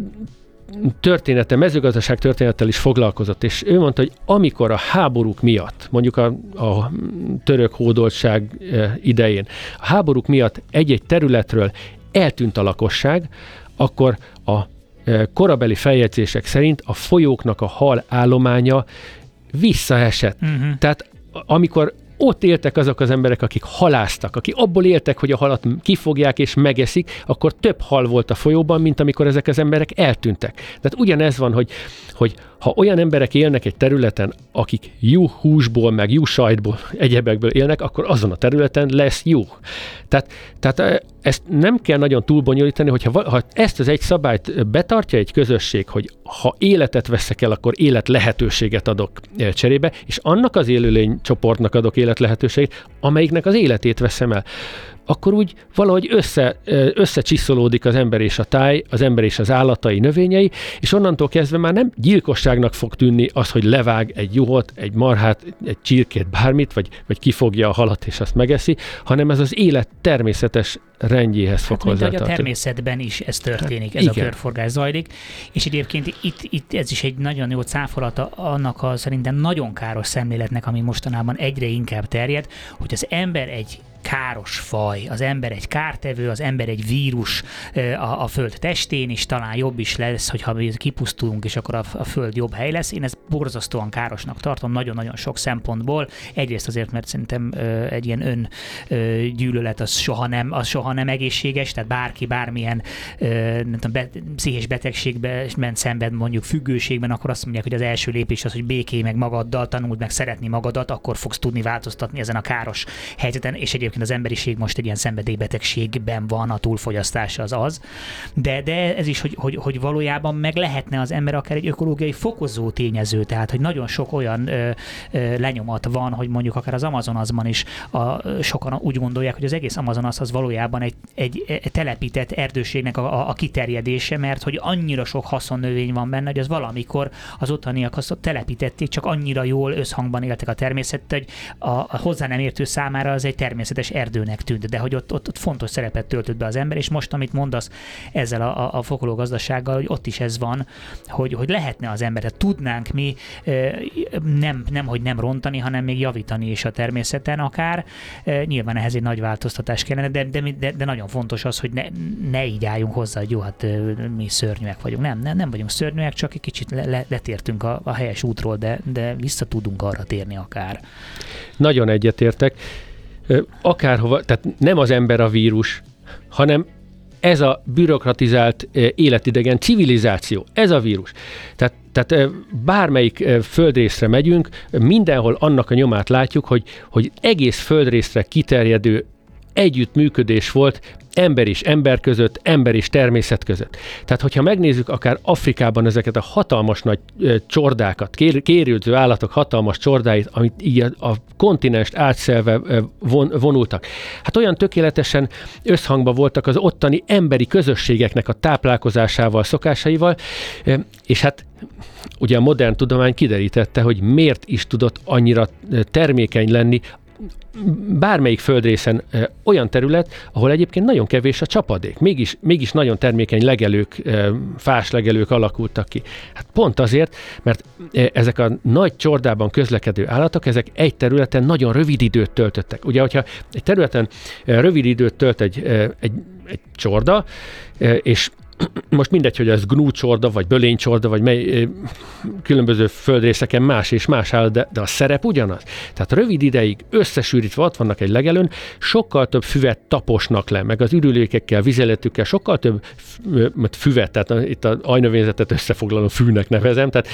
mezőgazdaság történettel is foglalkozott, és ő mondta, hogy amikor a háborúk miatt, mondjuk a török hódoltság idején, a háborúk miatt egy-egy területről eltűnt a lakosság, akkor a korabeli feljegyzések szerint a folyóknak a hal állománya visszaesett. Uh-huh. Tehát amikor ott éltek azok az emberek, akik haláztak, akik abból éltek, hogy a halat kifogják és megeszik, akkor több hal volt a folyóban, mint amikor ezek az emberek eltűntek. Tehát ugyanez van, hogy ha olyan emberek élnek egy területen, akik juhúsból, meg juhsajtból, egyebekből élnek, akkor azon a területen lesz juh. Tehát ezt nem kell nagyon túlbonyolítani, ha ezt az egy szabályt betartja egy közösség, hogy ha életet veszek el, akkor élet lehetőséget adok cserébe, és annak az élőlény csoportnak adok élet lehetőséget, amelyiknek az életét veszem el, akkor úgy valahogy összecsiszolódik az ember és a táj, az ember és az állatai, növényei, és onnantól kezdve már nem gyilkosságnak fog tűnni az, hogy levág egy juhot, egy marhát, egy csirkét, bármit, vagy kifogja a halat és azt megeszi, hanem ez az élet természetes rendjéhez fog hozzátartani. Mint a természetben is ez történik, ez igen. A körforgás zajlik, és egyébként itt ez is egy nagyon jó cáfolata annak a szerintem nagyon káros szemléletnek, ami mostanában egyre inkább terjed, hogy az ember egy káros faj, az ember egy kártevő, az ember egy vírus a Föld testén, és talán jobb is lesz, hogyha mi kipusztulunk, és akkor a Föld jobb hely lesz. Én ezt borzasztóan károsnak tartom, nagyon-nagyon sok szempontból. Egyrészt azért, mert szerintem egy ilyen öngyűlölet az soha nem egészséges, tehát bárki bármilyen pszichés betegségben szenved, mondjuk függőségben, akkor azt mondják, hogy az első lépés az, hogy békélj meg magaddal, tanuld meg szeretni magadat, akkor fogsz tudni változtatni ezen a káros helyzeten, és egyébként az emberiség most egy ilyen szenvedélybetegségben van, a túlfogyasztás az. De ez is, hogy valójában meg lehetne az ember akár egy ökológiai fokozó tényező, tehát hogy nagyon sok olyan lenyomat van, hogy mondjuk akár az Amazonasban is sokan úgy gondolják, hogy az egész Amazonas az valójában egy telepített erdőségnek a kiterjedése, mert hogy annyira sok haszonnövény van benne, hogy az valamikor az ottaniak azt telepítették, csak annyira jól összhangban éltek a természettel, hogy a hozzá nem értő számára az egy természetes természetes erdőnek tűnt, de hogy ott fontos szerepet töltött be az ember, és most, amit mondasz ezzel a fokológazdasággal, hogy ott is ez van, hogy lehetne az ember, tehát tudnánk mi hogy nem rontani, hanem még javítani is a természeten akár. Nyilván ehhez egy nagy változtatás kellene, de nagyon fontos az, hogy ne így álljunk hozzá, hogy jó, hát mi szörnyűek vagyunk. Nem vagyunk szörnyűek, csak egy kicsit letértünk a helyes útról, de vissza tudunk arra térni akár. Nagyon egyetértek. Akárhova, tehát nem az ember a vírus, hanem ez a bürokratizált életidegen civilizáció, ez a vírus. Tehát bármelyik földrészre megyünk, mindenhol annak a nyomát látjuk, hogy egész földrészre kiterjedő együttműködés volt ember és ember között, ember és természet között. Tehát, hogyha megnézzük akár Afrikában ezeket a hatalmas nagy csordákat, kérődző állatok hatalmas csordáit, amit így a kontinenst átszelve vonultak, hát olyan tökéletesen összhangban voltak az ottani emberi közösségeknek a táplálkozásával, szokásaival, és hát ugye a modern tudomány kiderítette, hogy miért is tudott annyira termékeny lenni bármelyik földrészen olyan terület, ahol egyébként nagyon kevés a csapadék. Mégis nagyon termékeny legelők, fás legelők alakultak ki. Hát pont azért, mert ezek a nagy csordában közlekedő állatok, ezek egy területen nagyon rövid időt töltöttek. Ugye, hogyha egy területen rövid időt tölt egy csorda, és most mindegy, hogy ez gnúcsorda, vagy bölénycsorda, vagy mely különböző földrészeken más és más áll, de a szerep ugyanaz. Tehát rövid ideig összesűrítve ott vannak egy legelőn, sokkal több füvet taposnak le, meg az ürülékekkel, vizeletükkel sokkal több füvet, tehát itt az ajnövényzetet összefoglaló fűnek nevezem, tehát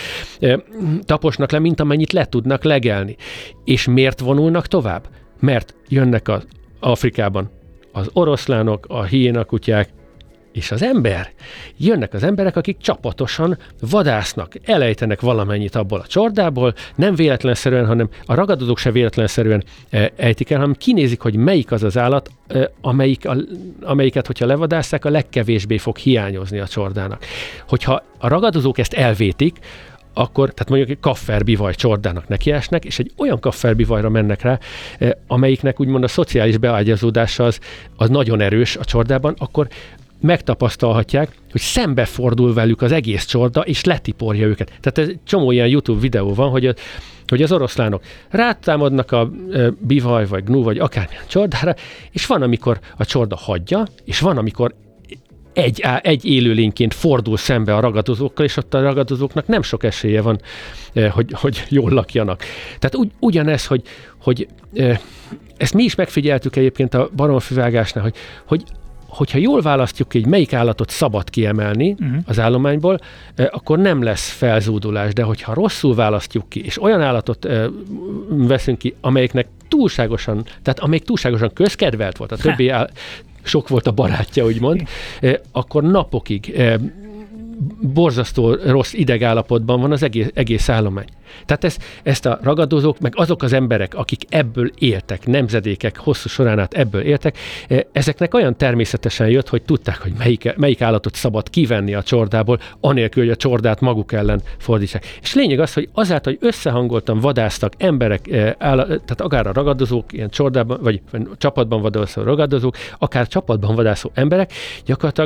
taposnak le, mint amennyit le tudnak legelni. És miért vonulnak tovább? Mert jönnek az Afrikában az oroszlánok, a hiénakutyák, és az ember. Jönnek az emberek, akik csapatosan vadásznak, elejtenek valamennyit abból a csordából, nem véletlenszerűen, hanem a ragadozók se véletlenszerűen ejtik el, hanem kinézik, hogy melyik az az állat, amelyiket, hogyha levadásszák, a legkevésbé fog hiányozni a csordának. Hogyha a ragadozók ezt elvétik, akkor, tehát mondjuk egy kafferbivaj csordának nekiesnek, és egy olyan kafferbivajra mennek rá, amelyiknek úgymond a szociális beágyazódása az nagyon erős a csordában, akkor megtapasztalhatják, hogy szembefordul velük az egész csorda, és letiporja őket. Tehát egy csomó ilyen YouTube videó van, hogy az oroszlánok rátámadnak a bivaj, vagy gnú, vagy akármilyen csordára, és van, amikor a csorda hagyja, és van, amikor egy élőlényként fordul szembe a ragadozókkal, és ott a ragadozóknak nem sok esélye van, hogy jól lakjanak. Tehát ugyanez, hogy ezt mi is megfigyeltük egyébként a baromfivágásnál, hogyha jól választjuk ki, hogy melyik állatot szabad kiemelni az állományból, akkor nem lesz felzúdulás, de hogyha rosszul választjuk ki, és olyan állatot veszünk ki, amelyiknek amelyik túlságosan közkedvelt volt, a többi sok volt a barátja, úgymond, akkor napokig borzasztó rossz idegállapotban van az egész állomány. Tehát ezt a ragadozók, meg azok az emberek, akik ebből éltek, nemzedékek hosszú során át ebből éltek, ezeknek olyan természetesen jött, hogy tudták, hogy melyik állatot szabad kivenni a csordából, anélkül, hogy a csordát maguk ellen fordítsák. És lényeg az, hogy azáltal, hogy összehangoltan vadásztak emberek, tehát akár a ragadozók, ilyen csordában, vagy csapatban vadászó ragadozók, akár csapatban vadászó emberek, gyakorlatilag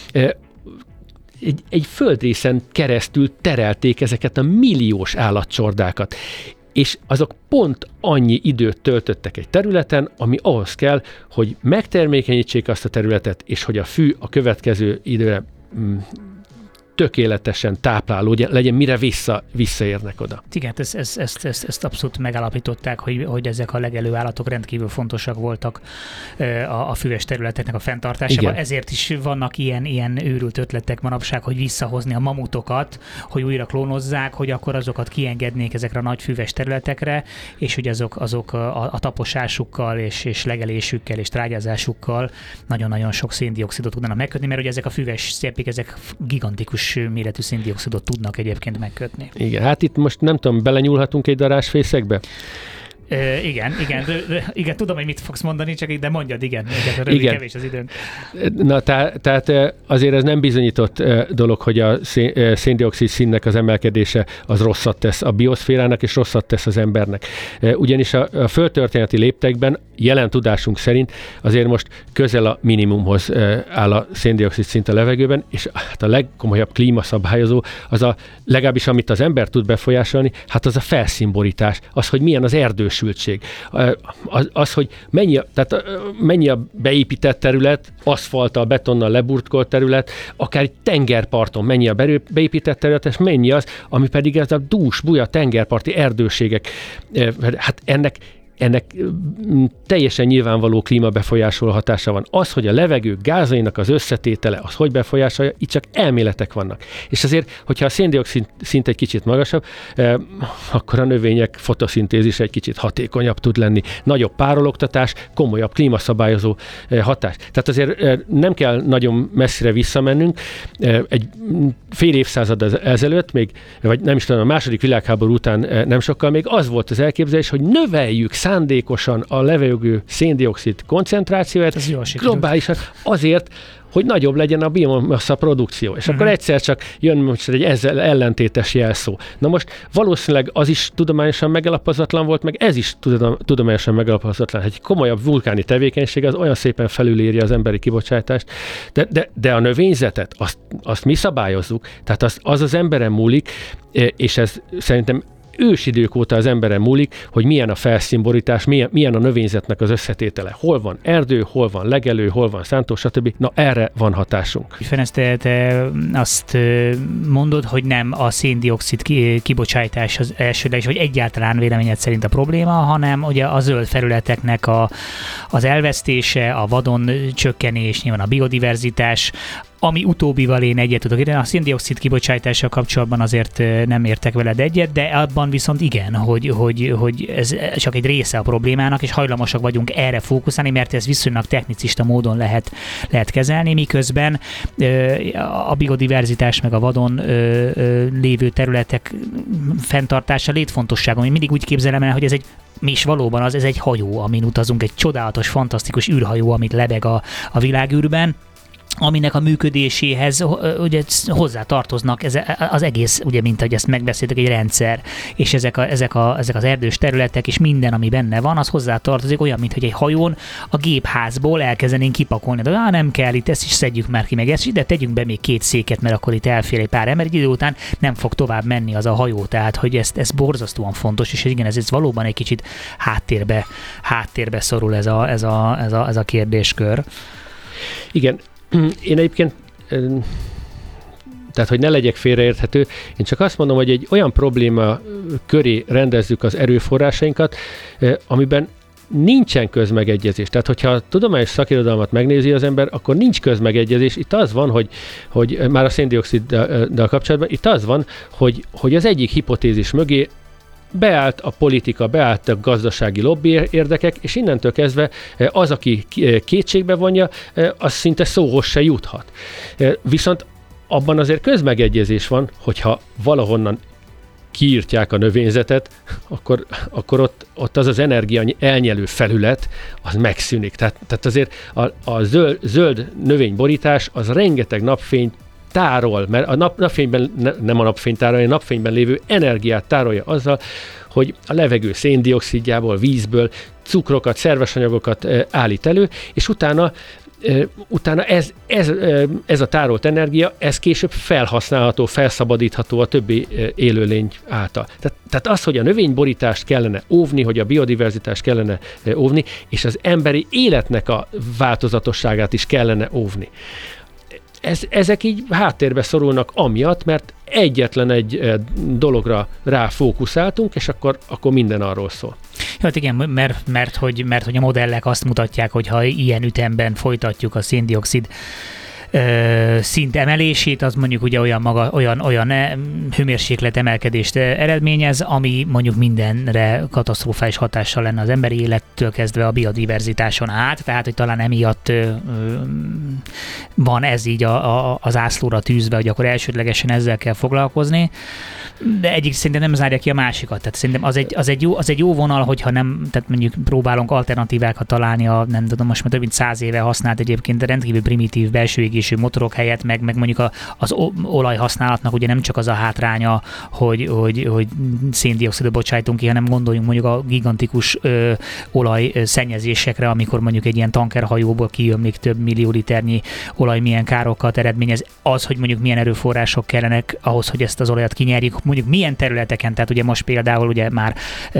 egy földrészen keresztül terelték ezeket a milliós állatcsordákat. És azok pont annyi időt töltöttek egy területen, ami ahhoz kell, hogy megtermékenyítsék azt a területet, és hogy a fű a következő időre tökéletesen tápláló legyen, mire visszaérnek oda. Igen, ezt abszolút megállapították, hogy ezek a legelő állatok rendkívül fontosak voltak a füves területeknek a fenntartásában. Igen. Ezért is vannak ilyen őrült ötletek manapság, hogy visszahozni a mamutokat, hogy újra klónozzák, hogy akkor azokat kiengednék ezekre a nagy füves területekre, és hogy azok a taposásukkal és legelésükkel és trágyázásukkal nagyon-nagyon sok széndioxidot tudnának megkötni, mert ugye ezek a füves sztyeppik, ezek gigantikus méretű széndioxidot tudnak egyébként megkötni. Igen, hát itt most nem tudom, belenyúlhatunk egy darásfészekbe? Igen, tudom, hogy mit fogsz mondani, csak de mondjad, igen, kevés az időnk. Na, tehát azért ez nem bizonyított dolog, hogy a szén-dioxid színnek az emelkedése az rosszat tesz a bioszférának, és rosszat tesz az embernek. Ugyanis a földtörténeti léptekben jelen tudásunk szerint azért most közel a minimumhoz áll a szén-dioxid szint a levegőben, és hát a legkomolyabb klímaszabályozó az legalábbis amit az ember tud befolyásolni, hát az a felszínborítás, az, hogy milyen az erdősültség, az, hogy mennyi a beépített terület, aszfalttal, betonnal leburkolt terület, akár egy tengerparton mennyi a beépített terület, és mennyi az, ami pedig ez a dús, buja tengerparti erdőségek. Hát ennek teljesen nyilvánvaló klímabefolyásoló hatása van. Az, hogy a levegő gázainak az összetétele, az hogy befolyásolja, itt csak elméletek vannak. És azért, hogyha a szén-dioxid szint egy kicsit magasabb, akkor a növények fotoszintézis egy kicsit hatékonyabb tud lenni. Nagyobb párologtatás, komolyabb klímaszabályozó hatás. Tehát azért nem kell nagyon messzire visszamennünk. Egy fél évszázad ezelőtt, vagy nem is tudom, a második világháború után nem sokkal még az volt az elképzelés, hogy növeljük szándékosan a levegő szén-dioxid koncentrációját globálisan azért, hogy nagyobb legyen a biomassa produkció. És akkor egyszer csak jön most egy ezzel ellentétes jelszó. Na most valószínűleg az is tudományosan megalapozatlan volt, meg ez is tudományosan megalapozatlan. Egy komolyabb vulkáni tevékenység az olyan szépen felülírja az emberi kibocsátást, de a növényzetet, azt mi szabályozzuk, tehát az emberen múlik, és ez szerintem ősidők óta az emberen múlik, hogy milyen a felszínborítás, milyen a növényzetnek az összetétele. Hol van erdő, hol van legelő, hol van szántó, stb. Na erre van hatásunk. Ferenc, te azt mondod, hogy nem a szén-dioxid kibocsátás az elsődleges, vagy egyáltalán véleményed szerint a probléma, hanem ugye a zöld felületeknek az elvesztése, a vadon csökkenés, nyilván a biodiverzitás, ami utóbbival én egyet tudok érteni. A szén-dioxid kibocsátással kapcsolatban azért nem értek veled egyet, de abban viszont igen, hogy ez csak egy része a problémának, és hajlamosak vagyunk erre fókuszálni, mert ez viszonylag technicista módon lehet kezelni, miközben a biodiverzitás meg a vadon lévő területek fenntartása létfontosságú. Én mindig úgy képzelem el, hogy ez és valóban ez egy hajó, amin utazunk, egy csodálatos, fantasztikus űrhajó, amit lebeg a világűrben, aminek a működéséhez ugye hozzá tartoznak az egész, ugye, mint ahogy ezt megbeszéltük, egy rendszer, és ezek az erdős területek, és minden, ami benne van, az hozzá tartozik, olyan, mint hogy egy hajón a gépházból elkezdenénk kipakolni, de nem kell, itt ezt is szedjük már ki, meg ezt is, de tegyünk be még 2 széket, mert akkor itt elfér egy pár ember, egy idő után nem fog tovább menni az a hajó, tehát hogy ez borzasztóan fontos, és igen, ez valóban egy kicsit háttérbe szorul ez a kérdéskör. Igen. Én egyébként, tehát hogy ne legyek félreérthető, én csak azt mondom, hogy egy olyan probléma köré rendezzük az erőforrásainkat, amiben nincsen közmegegyezés. Tehát, hogyha a tudományos szakirodalmat megnézi az ember, akkor nincs közmegegyezés. Itt az van, hogy már a szén-dioxiddal kapcsolatban, itt az van, hogy az egyik hipotézis mögé beállt a politika, beállt a gazdasági lobby érdekek, és innentől kezdve az, aki kétségbe vonja, az szinte szóhoz se juthat. Viszont abban azért közmegegyezés van, hogyha valahonnan kiírtják a növényzetet, akkor ott az energia elnyelő felület, az megszűnik. Tehát azért a zöld növényborítás az rengeteg napfényt tárol, mert a napfényben nem a napfény tárolja, a napfényben lévő energiát tárolja azzal, hogy a levegő széndioxidjából, vízből cukrokat, szerves anyagokat állít elő, és utána ez a tárolt energia, ez később felhasználható, felszabadítható a többi élőlény által. Tehát az, hogy a növényborítást kellene óvni, hogy a biodiverzitást kellene óvni, és az emberi életnek a változatosságát is kellene óvni. Ezek így háttérbe szorulnak amiatt, mert egyetlen egy dologra ráfókuszáltunk, és akkor minden arról szól. Hát igen, mert hogy a modellek azt mutatják, hogy ha ilyen ütemben folytatjuk a szén-dioxid szint emelését, az mondjuk ugye olyan hőmérséklet emelkedést eredményez, ami mondjuk mindenre katasztrofális hatással lenne az emberi élettől kezdve a biodiverzitáson át, tehát hogy talán emiatt van ez így az ászlóra tűzve, hogy akkor elsődlegesen ezzel kell foglalkozni. De egyik szerintem nem zárja ki a másikat. Tehát szerintem az egy jó vonal, hogyha nem, tehát mondjuk próbálunk alternatívákat találni a, nem tudom, most már több mint 100 éve használt egyébként rendkívül primitív belső égésű motorok helyett, meg mondjuk az olajhasználatnak ugye nem csak az a hátránya, hogy széndioxidot bocsájtunk ki, hanem gondoljunk mondjuk a gigantikus olajszennyezésekre, amikor mondjuk egy ilyen tankerhajóból kiömlik több millió liternyi olaj, milyen károkat eredményez. Az, hogy mondjuk milyen erőforrások kellenek ahhoz, hogy ezt az olajat kinyerjük, mondjuk milyen területeken, tehát ugye most például ugye már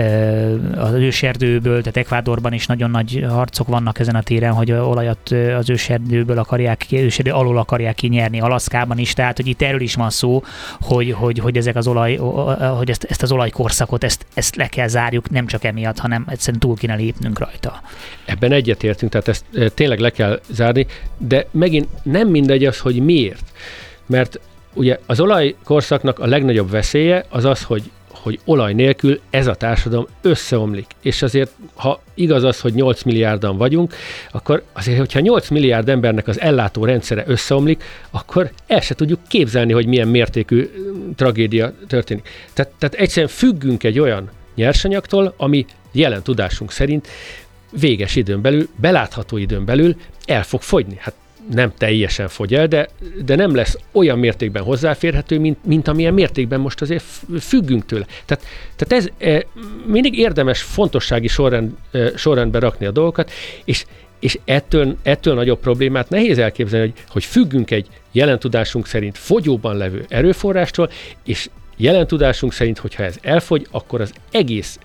az őserdőből, tehát Ekvádorban is nagyon nagy harcok vannak ezen a téren, hogy olajat az őserdőből őserdő alól akarják kinyerni, Alaszkában is, tehát hogy itt erről is van szó, hogy ezek az hogy ezt az olajkorszakot, ezt le kell zárjuk, nem csak emiatt, hanem egyszerűen túl kéne lépnünk rajta. Ebben egyetértünk, tehát ezt tényleg le kell zárni, de megint nem mindegy az, hogy miért. Mert ugye az olajkorszaknak a legnagyobb veszélye az az, hogy olaj nélkül ez a társadalom összeomlik. És azért, ha igaz az, hogy 8 milliárdan vagyunk, akkor azért, hogyha 8 milliárd embernek az ellátó rendszere összeomlik, akkor el se tudjuk képzelni, hogy milyen mértékű tragédia történik. Tehát egyszerűen függünk egy olyan nyersanyagtól, ami jelen tudásunk szerint véges időn belül, belátható időn belül el fog fogyni. Hát nem teljesen fogy el, de nem lesz olyan mértékben hozzáférhető, mint amilyen mértékben most azért függünk tőle. Tehát ez mindig érdemes fontossági sorrendbe rakni a dolgokat, és ettől nagyobb problémát nehéz elképzelni, hogy függünk egy jelen tudásunk szerint fogyóban levő erőforrástól, és jelen tudásunk szerint, hogyha ez elfogy, akkor az egész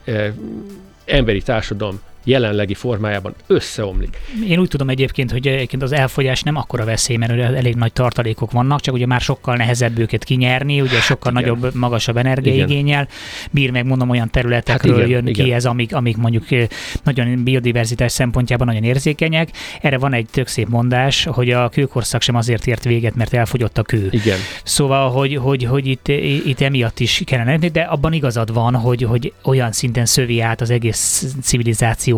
emberi társadalom jelenlegi formájában összeomlik. Én úgy tudom egyébként, hogy az elfogyás nem akkora veszély, mert elég nagy tartalékok vannak, csak ugye már sokkal nehezebb őket kinyerni, ugye sokkal nagyobb, magasabb energiaigénnyel. Bír meg mondom olyan területekről jön ki ez, amik mondjuk nagyon biodiverzitás szempontjában nagyon érzékenyek. Erre van egy tök szép mondás, hogy a kőkorszak sem azért ért véget, mert elfogyott a kő. Igen. Szóval, hogy itt emiatt is kellene lenni, de abban igazad van, hogy olyan szinten szövi át az egész civilizáció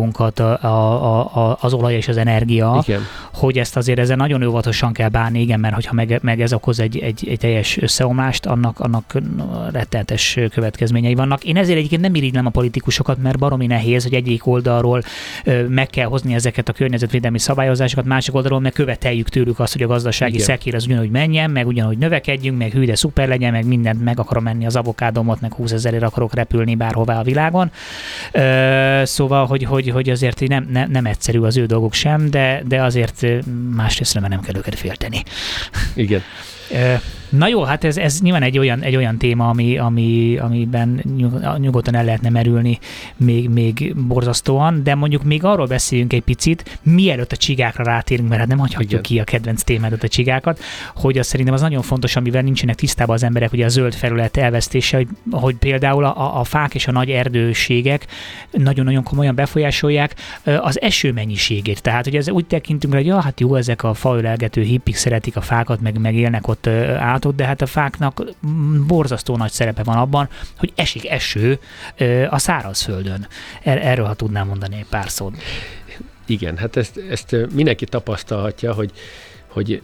az olaj és az energia, igen, hogy ezt azért ezzel nagyon óvatosan kell bánni, igen, mert hogyha meg ez okoz egy teljes összeomlást, annak rettenetes következményei vannak. Én ezért egyébként nem irigylem a politikusokat, mert baromi nehéz, hogy egyik oldalról meg kell hozni ezeket a környezetvédelmi szabályozásokat, másik oldalról meg követeljük tőlük azt, hogy a gazdasági szekér az ugyanúgy menjen, meg ugyanúgy növekedjünk, meg hű, de szuper legyen, meg mindent meg akarom menni az avokádomot, meg 20 000-ért akarok repülni bárhová a világon. Szóval, hogy azért nem egyszerű az ő dolgok sem, de azért másrészt nem kell őket félteni. Igen. Na jó, hát ez nyilván egy olyan téma, amiben nyugodtan el lehetne merülni még borzasztóan, de mondjuk még arról beszéljünk egy picit, mielőtt a csigákra rátérünk, mert hát nem hagyhatjuk ki a kedvenc témádat, a csigákat, hogy az szerintem az nagyon fontos, amivel nincsenek tisztában az emberek, ugye a zöld felület elvesztése, hogy például a fák és a nagy erdőségek nagyon-nagyon komolyan befolyásolják az eső mennyiségét. Tehát, hogy ez úgy tekintünk, hogy hát jó, ezek a faölelgető hippik szeretik a fákat, meg élnek ott át, de hát a fáknak borzasztó nagy szerepe van abban, hogy esik eső a szárazföldön. Erről, ha tudnám mondani egy pár szót. Igen, hát ezt mindenki tapasztalhatja, hogy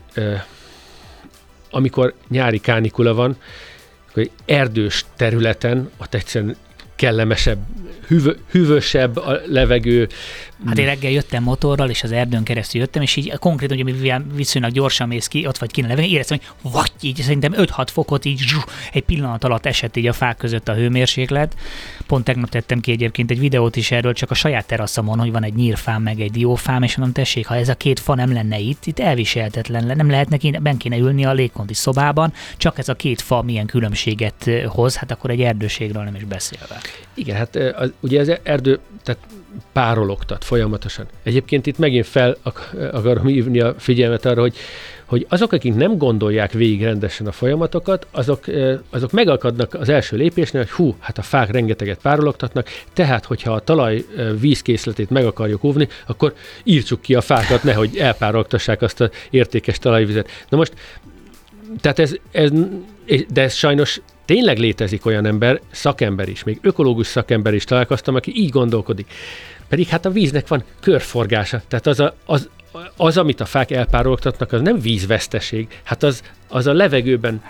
amikor nyári kánikula van, akkor erdős területen ott egyszerűen kellemesebb, hűvösebb a levegő. Hát én reggel jöttem motorral, és az erdőn keresztül jöttem, és így konkrétan, hogy mivel viszonylag gyorsan mész ki, ott vagy kint a levegő, éreztem, hogy vagy így, szerintem 5-6 fokot így egy pillanat alatt esett így a fák között a hőmérséklet. Pont tegnap tettem ki egyébként egy videót is erről, csak a saját teraszomon, hogy van egy nyírfám, meg egy diófám, és mondom, tessék, ha ez a két fa nem lenne itt elviselhetetlen, nem lehetne, benn kéne ülni a légkondicionáló szobában, csak ez a két fa milyen különbséget hoz, hát akkor egy erdőségről nem is beszélve. Igen, hát ugye az erdő tehát párologtat folyamatosan. Egyébként itt megint fel akarom hívni a figyelmet arra, hogy azok, akik nem gondolják végig rendesen a folyamatokat, azok megakadnak az első lépésnél, hogy hát a fák rengeteget párologtatnak, tehát hogyha a talaj vízkészletét meg akarjuk óvni, akkor írtsuk ki a fákat, nehogy elpárologtassák azt az értékes talajvizet. Na most, tehát de ez sajnos tényleg létezik olyan szakember is, még ökológus szakember is találkoztam, aki így gondolkodik. Pedig hát a víznek van körforgása, tehát az amit a fák elpárologtatnak, az nem vízveszteség, hát az a levegőben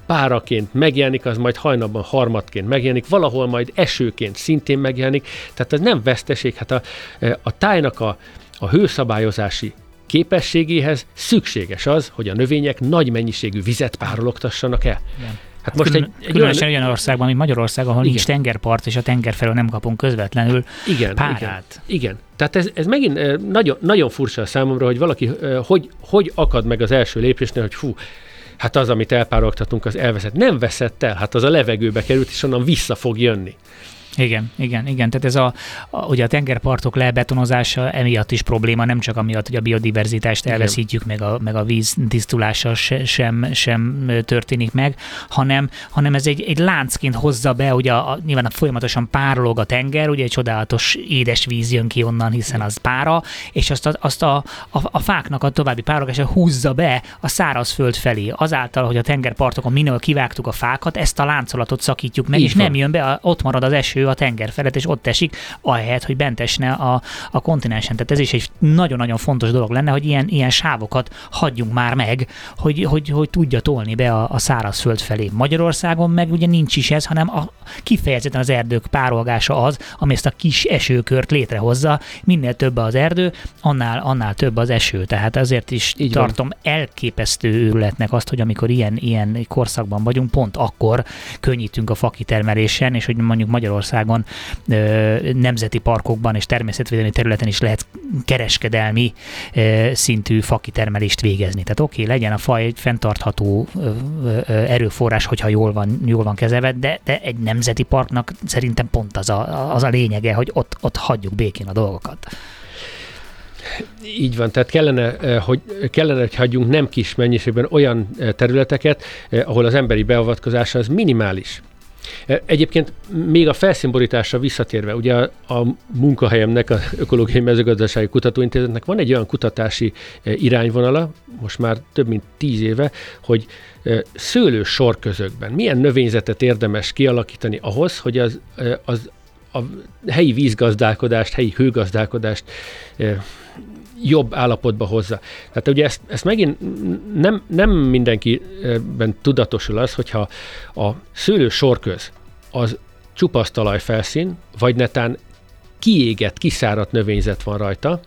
páraként megjelenik, az majd hajnalban harmadként megjelenik, valahol majd esőként szintén megjelenik, tehát ez nem veszteség, hát a tájnak a hőszabályozási képességéhez szükséges az, hogy a növények nagy mennyiségű vizet párologtassanak el. Igen. Hát most különösen olyan országban, mint Magyarország, ahol nincs tengerpart, és a tenger felől nem kapunk közvetlenül párát. Igen. Tehát ez megint nagyon, nagyon furcsa számomra, hogy valaki hogy akad meg az első lépésnél, hogy fú, hát az, amit elpárologtatunk, az elveszett. Nem veszett el, hát az a levegőbe került, és onnan vissza fog jönni. Igen. Tehát ez ugye a tengerpartok lebetonozása emiatt is probléma, nem csak amiatt, hogy a biodiverzitást elveszítjük, meg a víz tisztulása sem történik meg, hanem ez egy láncként hozza be, ugye nyilván folyamatosan párolog a tenger, ugye egy csodálatos édes víz jön ki onnan, hiszen az pára, és azt a fáknak a további párogása húzza be a szárazföld felé. Azáltal, hogy a tengerpartokon minél kivágtuk a fákat, ezt a láncolatot szakítjuk meg, és nem jön be, ott marad az eső a tenger felett, és ott esik, ahelyett, hogy bent esne a kontinensen. Tehát ez is egy nagyon-nagyon fontos dolog lenne, hogy ilyen sávokat hagyjunk már meg, hogy tudja tolni be a szárazföld felé. Magyarországon meg ugye nincs is ez, hanem kifejezetten az erdők párolgása az, ami ezt a kis esőkört létrehozza. Minél több az erdő, annál több az eső. Tehát azért is így tartom elképesztő őrületnek azt, hogy amikor ilyen korszakban vagyunk, pont akkor könnyítünk a fakitermelésen, és hogy mondjuk Magyarországon nemzeti parkokban és természetvédelmi területen is lehet kereskedelmi szintű fakitermelést végezni. Tehát oké, legyen a faj egy fenntartható erőforrás, hogyha jól van kezelve, de egy nemzeti parknak szerintem pont az a lényege, hogy ott hagyjuk békén a dolgokat. Így van, tehát kellene, hogy hagyjunk nem kis mennyiségben olyan területeket, ahol az emberi beavatkozása az minimális. Egyébként még a felszínborításra visszatérve, ugye a munkahelyemnek, az Ökológiai Mezőgazdasági Kutatóintézetnek van egy olyan kutatási irányvonala, most már több mint 10 éve, hogy szőlős sorközökben milyen növényzetet érdemes kialakítani ahhoz, hogy a helyi vízgazdálkodást, helyi hőgazdálkodást jobb állapotba hozza. Tehát ugye ezt megint nem mindenkiben tudatosul az, hogyha a szőlő sorköz az csupasz talajfelszín, vagy netán kiégett, kiszáradt növényzet van rajta,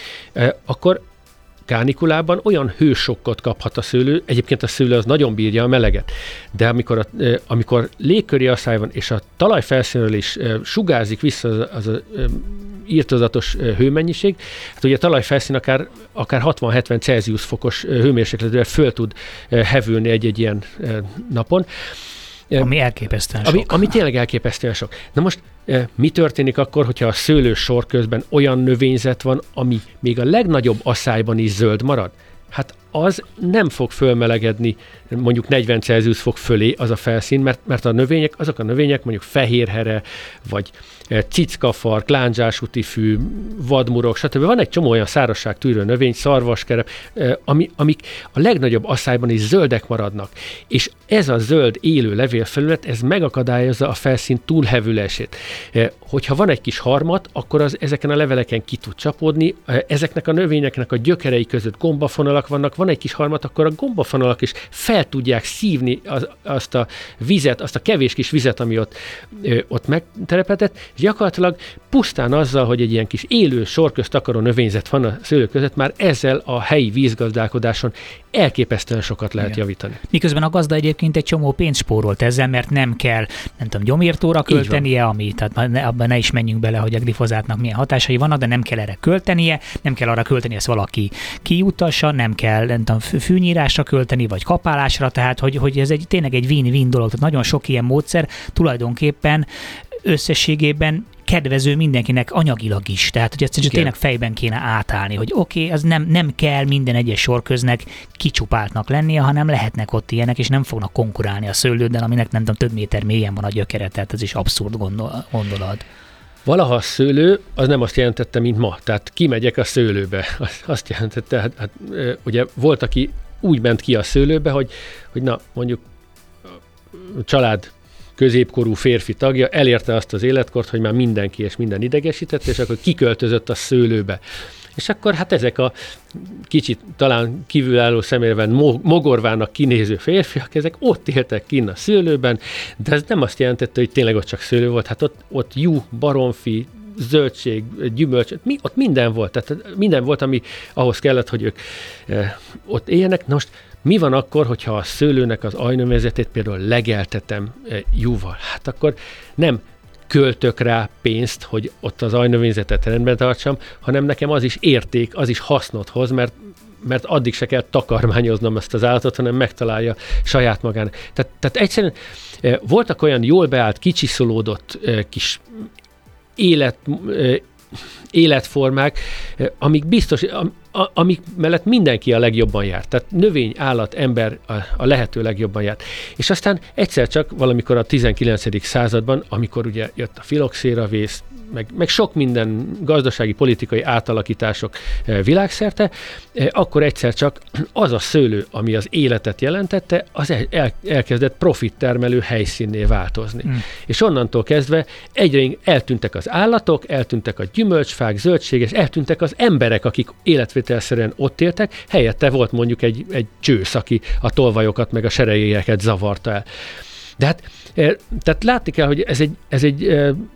akkor kánikulában olyan hősokkot kaphat a szőlő, egyébként a szőlő az nagyon bírja a meleget, de amikor légköri asszály van, és a talajfelszínről is sugárzik vissza az irtózatos hőmennyiség, hát ugye a talajfelszín akár 60-70 Celsius fokos hőmérsékletre föl tud hevülni egy ilyen napon. Ami elképesztően sok. Ami tényleg elképesztően sok. Na most mi történik akkor, hogyha a szőlős sor közben olyan növényzet van, ami még a legnagyobb asszályban is zöld marad? Hát az nem fog fölmelegedni mondjuk 40 Celsius fok fölé az a felszín, mert azok a növények mondjuk fehérhere, vagy cickafark, lándzsásútifű, vadmurok, stb. Van egy csomó olyan szárazságtűrő növény, szarvaskerep, amik a legnagyobb asszályban is zöldek maradnak. És ez a zöld élő levélfelület, ez megakadályozza a felszín túlhevülését. Hogyha van egy kis harmat, akkor az ezeken a leveleken ki tud csapódni, ezeknek a növényeknek a gyökerei között gombafonalak vannak, van egy kis harmat, akkor a gombafonalak is fel tudják szívni azt a vizet, azt a kevés kis vizet, ami ott megtelepedett, és gyakorlatilag pusztán azzal, hogy egy ilyen kis élő sorközt takaró növényzet van a szőlő között, már ezzel a helyi vízgazdálkodáson elképesztően sokat lehet javítani. Miközben a gazda egyébként egy csomó pénzt spórolt ezzel, mert nem kell, nem tudom, gyomírtóra költenie, tehát abban ne is menjünk bele, hogy a glifozátnak milyen hatásai vannak, de nem kell erre költenie, nem kell arra költeni, ezt valaki kijutassa, nem kell, nem tudom, fűnyírásra költeni, vagy kapálásra, tehát hogy ez tényleg egy win-win dolog. Tehát nagyon sok ilyen módszer tulajdonképpen összességében kedvező mindenkinek anyagilag is. Tehát, hogy egyszerűen tényleg fejben kéne átállni, hogy oké, az nem kell minden egyes sorköznek kicsupáltnak lennie, hanem lehetnek ott ilyenek, és nem fognak konkurálni a szőlőddel, aminek nem tudom, több méter mélyen van a gyökere, tehát ez is abszurd gondolat. Valaha a szőlő az nem azt jelentette, mint ma. Tehát kimegyek a szőlőbe. Azt jelentette, hát ugye volt, aki úgy ment ki a szőlőbe, hogy na, mondjuk család középkorú férfi tagja elérte azt az életkort, hogy már mindenki és minden idegesített, és akkor kiköltözött a szőlőbe. És akkor hát ezek a kicsit talán kívülálló szemérben mogorvának kinéző férfiak, ezek ott éltek kinn a szőlőben, de ez nem azt jelentette, hogy tényleg ott csak szőlő volt, hát ott juh, baromfi, zöldség, gyümölcs, ott minden volt, tehát minden volt, ami ahhoz kellett, hogy ők ott éljenek. Na most mi van akkor, hogyha a szőlőnek az ajnövényzetét például legeltetem juhval? Hát akkor nem költök rá pénzt, hogy ott az ajnövényzetet rendben tartsam, hanem nekem az is érték, az is hasznot hoz, mert addig se kell takarmányoznom ezt az állatot, hanem megtalálja saját magának. Tehát egyszerűen voltak olyan jól beállt, kicsiszolódott kis életformák, amik biztos, amik mellett mindenki a legjobban járt. Tehát növény, állat, ember a lehető legjobban járt. És aztán egyszer csak valamikor a 19. században, amikor ugye jött a filoxéravész, meg sok minden gazdasági, politikai átalakítások világszerte, akkor egyszer csak az a szőlő, ami az életet jelentette, az elkezdett profittermelő helyszínné változni. És onnantól kezdve egyre eltűntek az állatok, eltűntek a gyümölcsfák, zöldséges, eltűntek az emberek, akik életvételszerűen ott éltek, helyette volt mondjuk egy csősz, aki a tolvajokat meg a serejélyeket zavarta el. De hát, tehát látni kell, hogy ez egy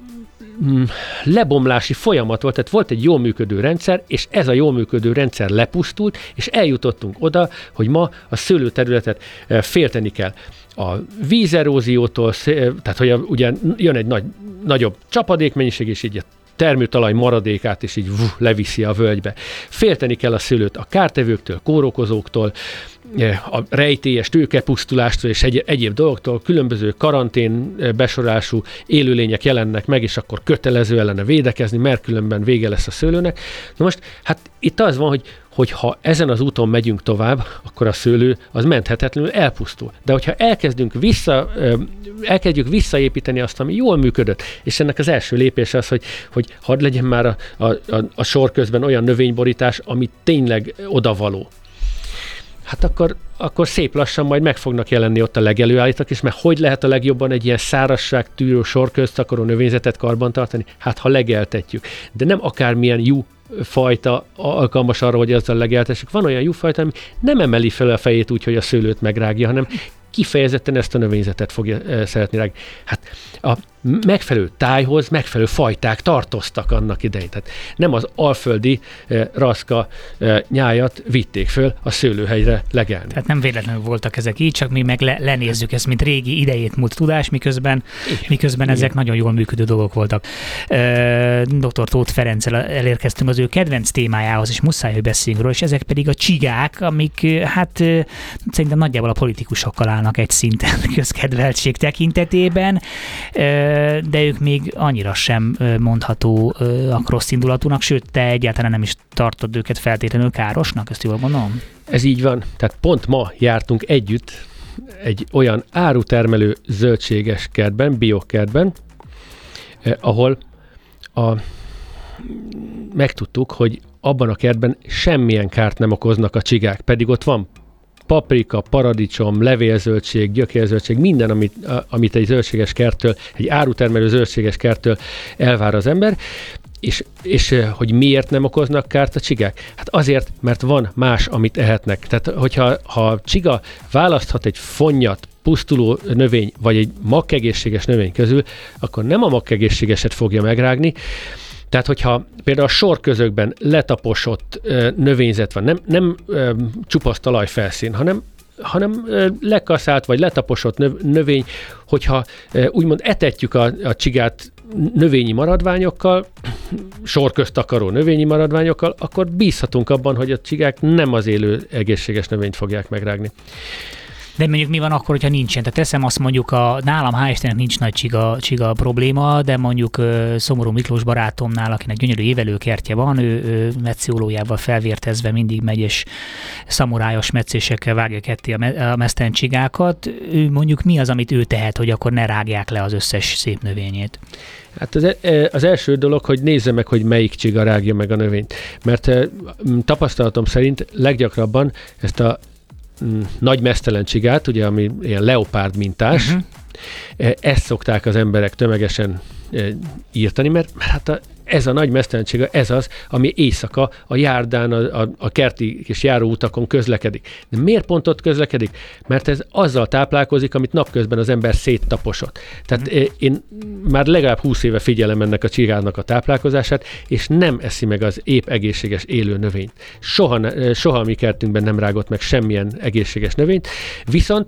lebomlási folyamat volt, tehát volt egy jól működő rendszer, és ez a jól működő rendszer lepusztult, és eljutottunk oda, hogy ma a szőlőterületet félteni kell a vízeróziótól, tehát hogy ugye jön egy nagyobb csapadékmennyiség, és így a termőtalaj maradékát is így leviszi a völgybe. Félteni kell a szőlőt a kártevőktől, kórokozóktól, a rejtélyes tőkepusztulástól és egyéb dolgoktól, különböző karantén besorolású élőlények jelennek meg, és akkor kötelező ellene védekezni, mert különben vége lesz a szőlőnek. Na most, hát itt az van, hogy ha ezen az úton megyünk tovább, akkor a szőlő az menthetetlenül elpusztul. De hogyha elkezdjük visszaépíteni azt, ami jól működött, és ennek az első lépése az, hogy hadd legyen már a sor közben olyan növényborítás, ami tényleg odavaló. Hát akkor szép lassan majd meg fognak jelenni ott a legelőállítók is, mert hogy lehet a legjobban egy ilyen szárazság tűrő sor közt akaró növényzetet karbantartani? Hát ha legeltetjük. De nem akármilyen juhfajta alkalmas arra, hogy azzal legeltessük. Van olyan juhfajta, ami nem emeli fel a fejét úgy, hogy a szőlőt megrágja, hanem kifejezetten ezt a növényzetet fogja szeretni rágni. Hát a megfelelő tájhoz megfelelő fajták tartoztak annak idején. Tehát nem az alföldi raszka nyájat vitték föl a szőlőhelyre legelni. Tehát nem véletlenül voltak ezek így, csak mi meg lenézzük ezt, mint régi idejét múlt tudás, miközben ezek nagyon jól működő dolgok voltak. Dr. Tóth Ferenccel elérkeztünk az ő kedvenc témájához, és muszáj, hogy beszéljünk róla, és ezek pedig a csigák, amik hát szerintem nagyjából a politikusokkal állnak egy szinten közkedveltség tekintetében, de ők még annyira sem mondható rossz indulatúnak, sőt, te egyáltalán nem is tartod őket feltétlenül károsnak, ezt jól mondom? Ez így van. Tehát pont ma jártunk együtt egy olyan árutermelő zöldséges kertben, biokertben, ahol megtudtuk, hogy abban a kertben semmilyen kárt nem okoznak a csigák, pedig ott van paprika, paradicsom, levélzöldség, gyökérzöldség, minden, amit egy zöldséges kerttől, egy árutermelő zöldséges kerttől elvár az ember, és hogy miért nem okoznak kárt a csigák? Hát azért, mert van más, amit ehetnek. Tehát, hogyha a csiga választhat egy fonnyat, pusztuló növény, vagy egy makkegészséges növény közül, akkor nem a makkegészségeset fogja megrágni. Tehát, hogyha például a sorközökben letaposott növényzet van, nem csupasz talajfelszín, hanem lekaszált vagy letaposott növény, hogyha úgymond etetjük a csigát növényi maradványokkal, sorköztakaró növényi maradványokkal, akkor bízhatunk abban, hogy a csigák nem az élő egészséges növényt fogják megrágni. De mondjuk mi van akkor, hogyha nincsen? Tehát teszem azt mondjuk, nálam hál' Istennek nincs nagy csiga probléma, de mondjuk Szomorú Miklós barátomnál, akinek gyönyörű évelőkertje van, ő metszólójával felvértezve mindig megy, és szamurájos metszésekkel vágja ketté a mesztelen csigákat. Ő mondjuk mi az, amit ő tehet, hogy akkor ne rágják le az összes szép növényét? Hát az első dolog, hogy nézze meg, hogy melyik csiga rágja meg a növényt. Mert tapasztalatom szerint leggyakrabban ezt a nagy meztelen csigát, ugye, ami ilyen leopárd mintás, ezt szokták az emberek tömegesen írtani, mert hát ez a nagy meztelenség, ez az, ami éjszaka a járdán, a kerti és járóutakon közlekedik. De miért pont ott közlekedik? Mert ez azzal táplálkozik, amit napközben az ember széttaposott. Tehát én már legalább 20 éve figyelem ennek a csigának a táplálkozását, és nem eszi meg az épp egészséges élő növényt. Soha a mi kertünkben nem rágott meg semmilyen egészséges növényt, viszont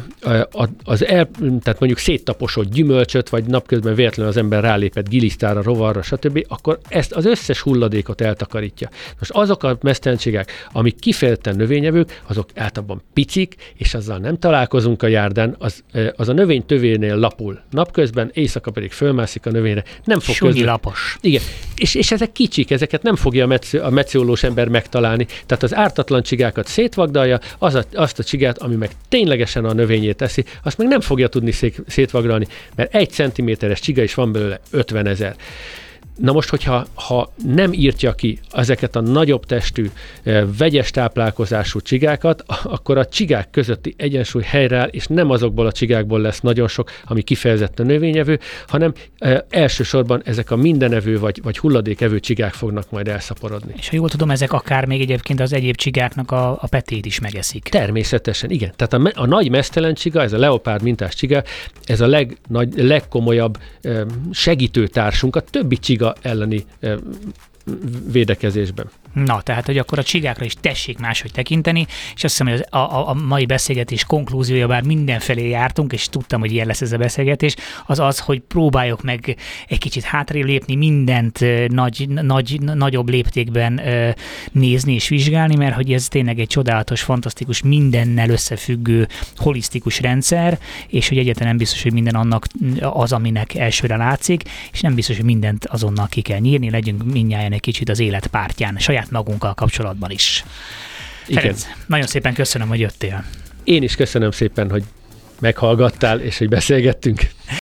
tehát mondjuk széttaposott gyümölcsöt, vagy napközben véletlenül az ember rálépett gilisztára, rovarra, stb., akkor ezt az összes hulladékot eltakarítja. Most azok a meztelenségek, amik kifejezetten növényevők, azok általában picik, és azzal nem találkozunk a járdán, az a növény tövénél lapul napközben, éjszaka pedig fölmászik a növényre, nem fog lapos. Igen, és ezek kicsik, ezeket nem fogja a metszólós ember megtalálni, tehát az ártatlan csigákat szétvagdalja, azt a csigát, ami meg ténylegesen a növényét teszi, azt meg nem fogja tudni szétvagdalni, mert 1 centiméteres csiga is van belőle 50 000. Na most, hogyha nem írtja ki ezeket a nagyobb testű, vegyes táplálkozású csigákat, akkor a csigák közötti egyensúly helyreáll, és nem azokból a csigákból lesz nagyon sok, ami kifejezetten növényevő, hanem elsősorban ezek a mindenevő vagy hulladékevő csigák fognak majd elszaporodni. És ha jól tudom, ezek akár még egyébként az egyéb csigáknak a petét is megeszik. Természetesen, igen. Tehát a nagy meztelen csiga, ez a leopárd mintás csiga, ez a legkomolyabb segítőtársunk a többi csiga elleni védekezésben. Na, tehát, hogy akkor a csigákra is tessék máshogy tekinteni, és azt hiszem, hogy a mai beszélgetés konklúziója, bár mindenfelé jártunk, és tudtam, hogy ilyen lesz ez a beszélgetés, az, hogy próbáljuk meg egy kicsit hátrébb lépni, mindent nagyobb léptékben nézni és vizsgálni, mert hogy ez tényleg egy csodálatos, fantasztikus, mindennel összefüggő, holisztikus rendszer, és hogy egyáltalán nem biztos, hogy minden annak az, aminek elsőre látszik, és nem biztos, hogy mindent azonnal ki kell nyírni, legyünk mindnyájan egy kicsit az élet pártján, saját magunkkal kapcsolatban is. Igen. Ferenc, nagyon szépen köszönöm, hogy jöttél. Én is köszönöm szépen, hogy meghallgattál, és hogy beszélgettünk.